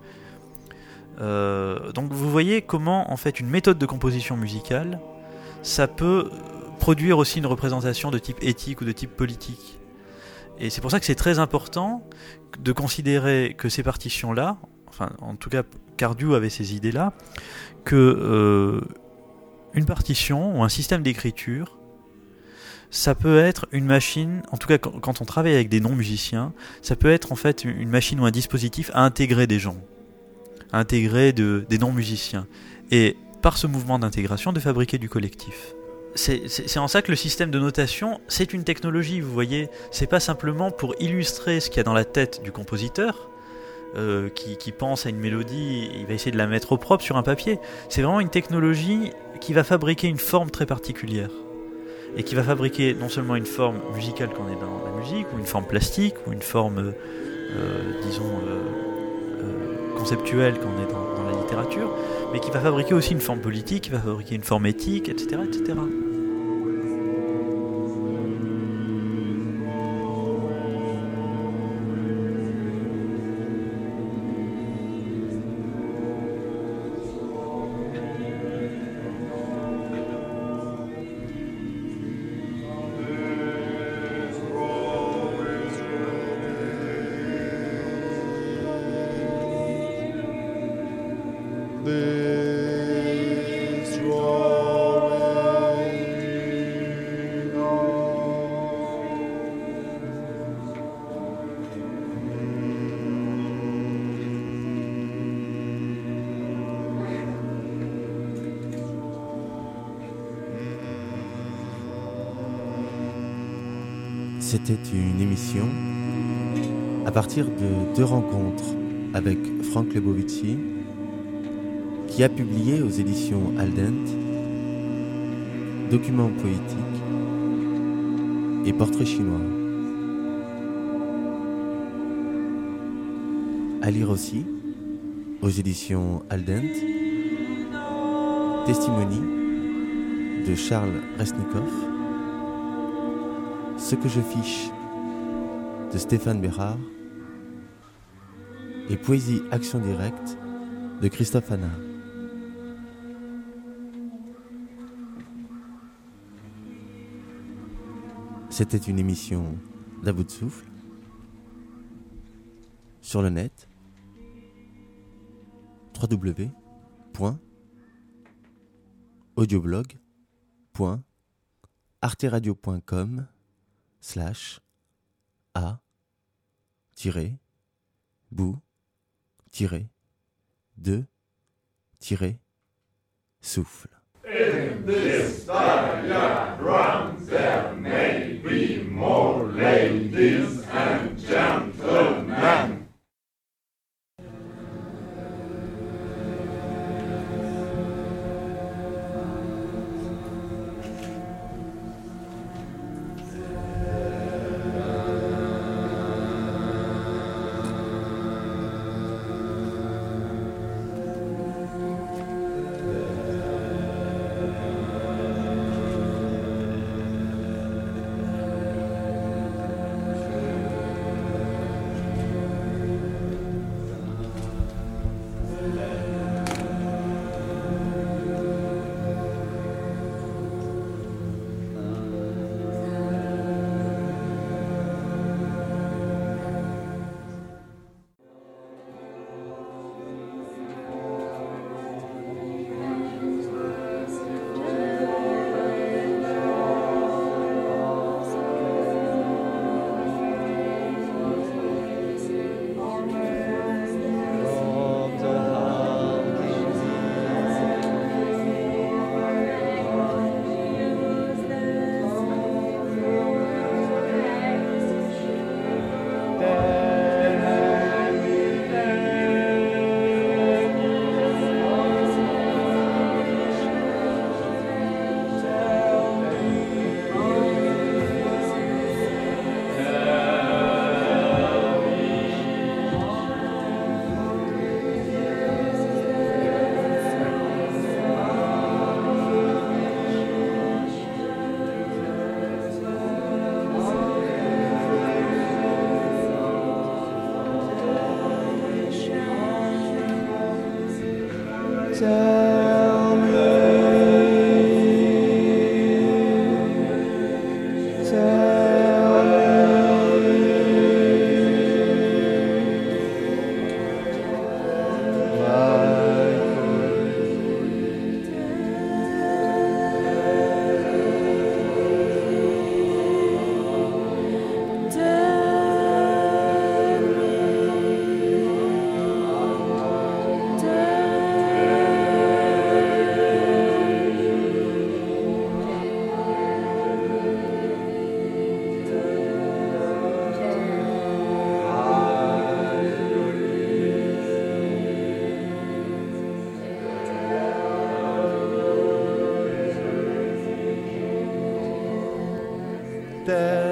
C: Euh, donc vous voyez comment en fait une méthode de composition musicale, ça peut produire aussi une représentation de type éthique ou de type politique. Et c'est pour ça que c'est très important de considérer que ces partitions-là, enfin en tout cas Cardew avait ces idées-là, que euh, une partition ou un système d'écriture, ça peut être une machine, en tout cas quand, quand on travaille avec des non-musiciens, ça peut être en fait une machine ou un dispositif à intégrer des gens, à intégrer de, des non-musiciens, et par ce mouvement d'intégration de fabriquer du collectif. C'est, c'est, c'est en ça que le système de notation, c'est une technologie, vous voyez, c'est pas simplement pour illustrer ce qu'il y a dans la tête du compositeur, euh, qui, qui pense à une mélodie, il va essayer de la mettre au propre sur un papier, c'est vraiment une technologie qui va fabriquer une forme très particulière, et qui va fabriquer non seulement une forme musicale quand on est dans la musique, ou une forme plastique, ou une forme, euh, disons, euh, euh, conceptuelle quand on est dans, dans la littérature, mais qui va fabriquer aussi une forme politique, qui va fabriquer une forme éthique, et cetera, et cetera.
A: C'était une émission à partir de deux rencontres avec Franck Lebovici, qui a publié aux éditions Aldent Documents poétiques et Portraits chinois. À lire aussi aux éditions Aldent Testimony de Charles Resnikoff, Ce que je fiche de Stéphane Bérard et Poésie Action Directe de Christophe Hanna. C'était une émission d'À bout de souffle sur le net w w w point audioblog point arteradio point com slash a tiret bout tiret de tiret souffle.
E: In this diagram there may be more ladies and gentlemen.
F: Tell me, tell me,
E: There